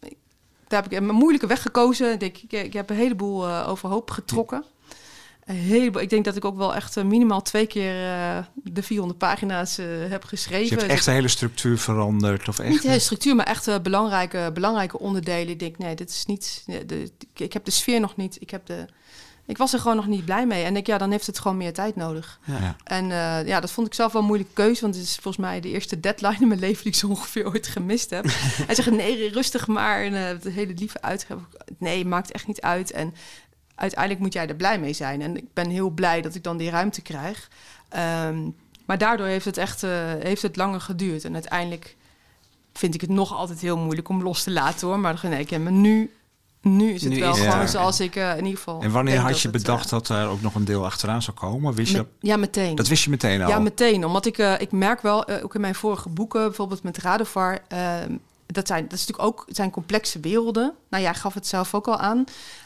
daar heb ik een moeilijke weg gekozen. Ik, denk, ik, ik heb een heleboel uh, overhoop getrokken. Een heleboel, ik denk dat ik ook wel echt uh, minimaal twee keer uh, de vierhonderd pagina's uh, heb geschreven. Dus je hebt Dus echt de hele structuur veranderd? Of echt? niet de hele structuur, maar echt uh, belangrijke, belangrijke onderdelen. Ik denk, nee, dit is niet... De, de, ik heb de sfeer nog niet. Ik heb de... ik was er gewoon nog niet blij mee. En ik, ja, dan heeft het gewoon meer tijd nodig. Ja. En uh, ja, dat vond ik zelf wel een moeilijke keuze. Want het is volgens mij de eerste deadline in mijn leven die ik zo ongeveer ooit gemist heb. Hij zegt, nee, rustig maar. En uh, de hele lieve uitgave. Nee, maakt echt niet uit. En uiteindelijk moet jij er blij mee zijn. En ik ben heel blij dat ik dan die ruimte krijg. Um, maar daardoor heeft het echt uh, heeft het langer geduurd. En uiteindelijk vind ik het nog altijd heel moeilijk om los te laten, hoor. Maar nee, ik heb me nu... Nu is het nu wel is gewoon het zoals ik uh, in ieder geval... En wanneer had je het, bedacht uh, dat er ook nog een deel achteraan zou komen? Wist me, je, ja, meteen. Dat wist je meteen al? Ja, meteen. Omdat ik, uh, ik merk wel, uh, ook in mijn vorige boeken, bijvoorbeeld met Radovar... Uh, dat, zijn, dat is natuurlijk ook het zijn complexe werelden. Nou, jij gaf het zelf ook al aan.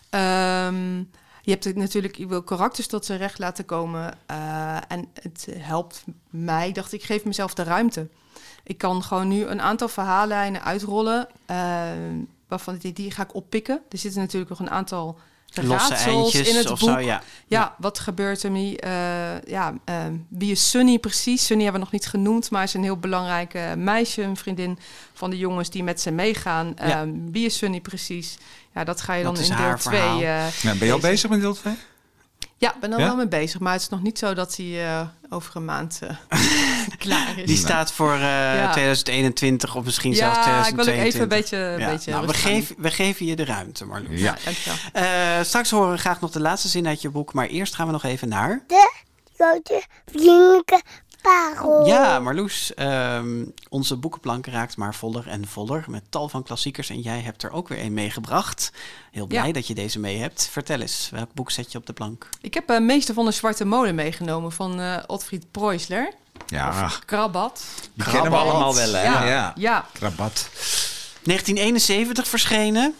Um, je hebt het natuurlijk, je wil karakters tot zijn recht laten komen. Uh, en het helpt mij, dacht ik, geef mezelf de ruimte. Ik kan gewoon nu een aantal verhaallijnen uitrollen... Uh, waarvan die, die ga ik oppikken. Er zitten natuurlijk nog een aantal losse raadsels in het of boek. Zo, ja. ja, wat gebeurt er mee? Uh, ja, uh, wie is Sunny precies? Sunny hebben we nog niet genoemd, maar is een heel belangrijke meisje, een vriendin van de jongens die met ze meegaan. Ja. Uh, wie is Sunny precies? Ja, dat ga je dan in deel twee. Uh, ja, ben je al bezig met deel twee? Ja, ik ben er ja? wel mee bezig. Maar het is nog niet zo dat hij uh, over een maand uh, klaar is. Die staat voor uh, ja. twintig eenentwintig of misschien ja, zelfs twintig tweeëntwintig. Ja, ik wil even een beetje... Ja. beetje nou, we, geef, we geven je de ruimte, Marloes. Ja, dankjewel. Uh, straks horen we graag nog de laatste zin uit je boek. Maar eerst gaan we nog even naar... De grote vriendelijke parel. Ja, Marloes, um, onze boekenplank raakt maar voller en voller met tal van klassiekers. En jij hebt er ook weer een meegebracht. Heel blij ja. dat je deze mee hebt. Vertel eens, welk boek zet je op de plank? Ik heb uh, Meester van de Zwarte Molen meegenomen van uh, Otfried Preußler. Ja. Of Krabat. Die Krabat. Kennen we allemaal wel, hè? Ja. ja. ja. Krabat. negentien eenenzeventig verschenen.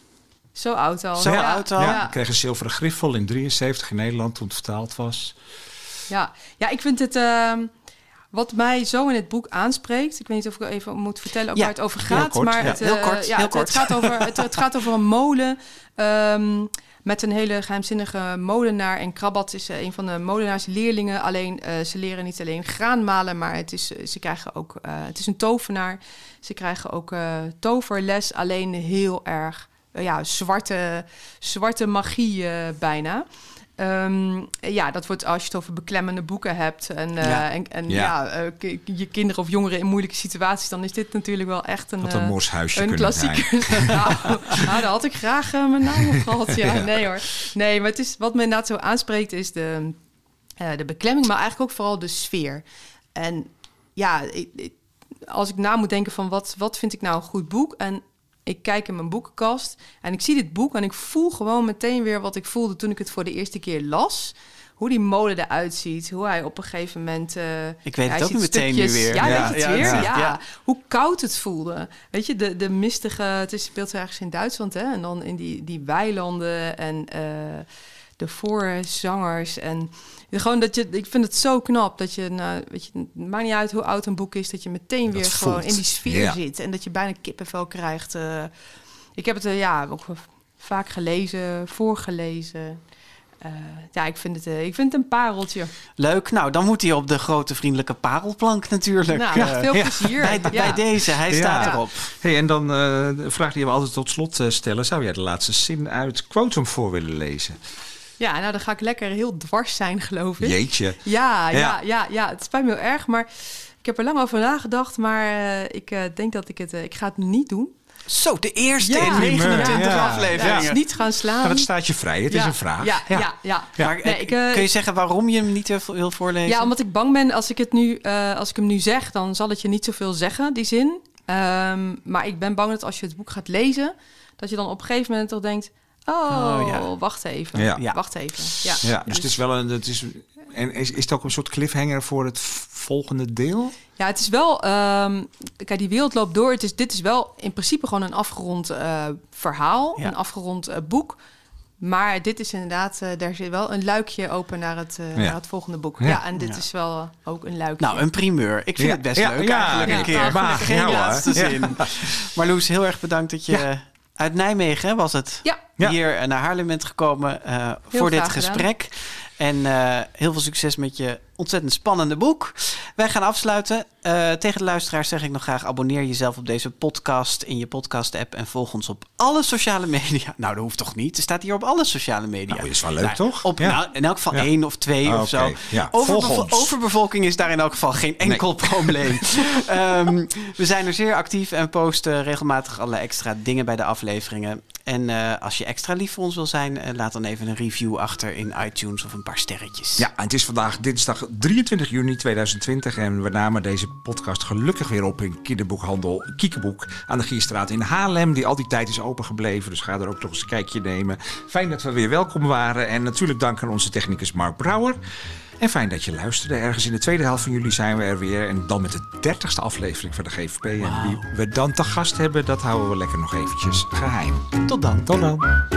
Zo oud al. Zo ja. oud al. Ja, ik kreeg een zilveren griffel in drieënzeventig in Nederland toen het vertaald was. Ja, ja ik vind het... Uh, wat mij zo in het boek aanspreekt... Ik weet niet of ik even moet vertellen ook ja, waar het over gaat. Kort, maar ja. het, uh, heel kort. Ja, heel het, kort. Het, gaat over, het, het gaat over een molen... Um, met een hele geheimzinnige molenaar. En Krabat is uh, een van de molenaarsleerlingen. Alleen, uh, ze leren niet alleen graan malen... maar het is, ze krijgen ook... Uh, het is een tovenaar. Ze krijgen ook uh, toverles. Alleen heel erg... Uh, ja, zwarte, zwarte magie uh, bijna... Um, ja, dat wordt als je het over beklemmende boeken hebt en, uh, ja. en, en ja. ja uh, k- je kinderen of jongeren in moeilijke situaties, dan is dit natuurlijk wel echt een, wat een, uh, morshuisje een klassieker. nou, nou, daar had ik graag uh, mijn naam op gehad. Ja, ja, nee hoor. Nee, maar het is, wat me inderdaad zo aanspreekt is de, uh, de beklemming, maar eigenlijk ook vooral de sfeer. En ja, ik, ik, als ik na moet denken van wat, wat vind ik nou een goed boek en ik kijk in mijn boekenkast en ik zie dit boek en ik voel gewoon meteen weer wat ik voelde toen ik het voor de eerste keer las. Hoe die molen eruit ziet, hoe hij op een gegeven moment... Uh, ik weet ja, het ook meteen stukjes, nu weer. Ja, ja, weet je het ja, weer? ja, Ja. ja. Hoe koud het voelde. Weet je, de, de mistige... Het is, speelt ergens in Duitsland, hè? En dan in die, die weilanden en uh, de voorzangers en... Gewoon dat je, ik vind het zo knap dat je, nou, weet je, het maakt niet uit hoe oud een boek is, dat je meteen dat weer voelt. gewoon in die sfeer ja. zit en dat je bijna kippenvel krijgt. Uh, ik heb het uh, ja ook vaak gelezen, voorgelezen. Uh, ja, ik vind, het, uh, ik vind het een pareltje. Leuk. Nou, dan moet hij op de grote vriendelijke parelplank natuurlijk. Nou, uh, veel plezier. Bij, ja. bij deze, hij ja. staat erop. Hey, en dan uh, de vraag die we altijd tot slot uh, stellen. Zou jij de laatste zin uit Quotum voor willen lezen? Ja, nou dan ga ik lekker heel dwars zijn, geloof ik. Jeetje. Ja, ja, ja, ja, ja. Het spijt me heel erg, maar ik heb er lang over nagedacht. Maar uh, ik uh, denk dat ik het... Uh, ik ga het niet doen. Zo, de eerste ja, in negenentwintig ja. afleveringen. Ja, niet gaan slaan. Maar dat staat je vrij, het ja. is een vraag. Ja, ja, ja. ja. ja. Maar, nee, ik, uh, kun je zeggen waarom je hem niet wil voorlezen? Ja, omdat ik bang ben, als ik, het nu, uh, als ik hem nu zeg... dan zal het je niet zoveel zeggen, die zin. Um, maar ik ben bang dat als je het boek gaat lezen... dat je dan op een gegeven moment toch denkt... Oh, oh ja. wacht even. Ja. Ja. Wacht even. Ja, ja dus, dus het is wel een... Het is, en is, is het ook een soort cliffhanger voor het volgende deel? Ja, het is wel... Um, kijk, die wereld loopt door. Het is, dit is wel in principe gewoon een afgerond uh, verhaal. Ja. Een afgerond uh, boek. Maar dit is inderdaad... Uh, daar zit wel een luikje open naar het, uh, ja. naar het volgende boek. Ja, ja en dit ja. is wel uh, ook een luikje. Nou, een primeur. Ik vind ja. het best ja. leuk ja. eigenlijk ja. een keer. Ja. Maar geen ja, laatste ja. zin. Marloes, heel erg bedankt dat je... Ja. Uit Nijmegen was het. Ja. Hier naar Haarlem bent gekomen uh, voor dit gesprek. En uh, heel veel succes met je ontzettend spannende boek. Wij gaan afsluiten. Uh, tegen de luisteraars zeg ik nog graag... abonneer jezelf op deze podcast in je podcast-app... en volg ons op alle sociale media. Nou, dat hoeft toch niet? Het staat hier op alle sociale media. Nou, is wel leuk, nou, toch? Op, ja. nou, in elk geval ja. één of twee oh, of okay. zo. Ja, Overbevo- overbevolking is daar in elk geval geen enkel nee. probleem. um, we zijn er zeer actief en posten regelmatig allerlei extra dingen bij de afleveringen. En uh, als je extra lief voor ons wil zijn... Uh, laat dan even een review achter in iTunes of een paar sterretjes. Ja, en het is vandaag dinsdag drieëntwintig juni tweeduizend twintig... en we namen deze podcast gelukkig weer op in kinderboekhandel Kiekeboek... aan de Gierstraat in Haarlem, die al die tijd is opengebleven. Dus ga er ook toch eens een kijkje nemen. Fijn dat we weer welkom waren. En natuurlijk dank aan onze technicus Mark Brouwer. En fijn dat je luisterde. Ergens in de tweede helft van juli zijn we er weer. En dan met de dertigste aflevering van de G V P. Wow. En wie we dan te gast hebben, dat houden we lekker nog eventjes geheim. Tot dan. Tot dan.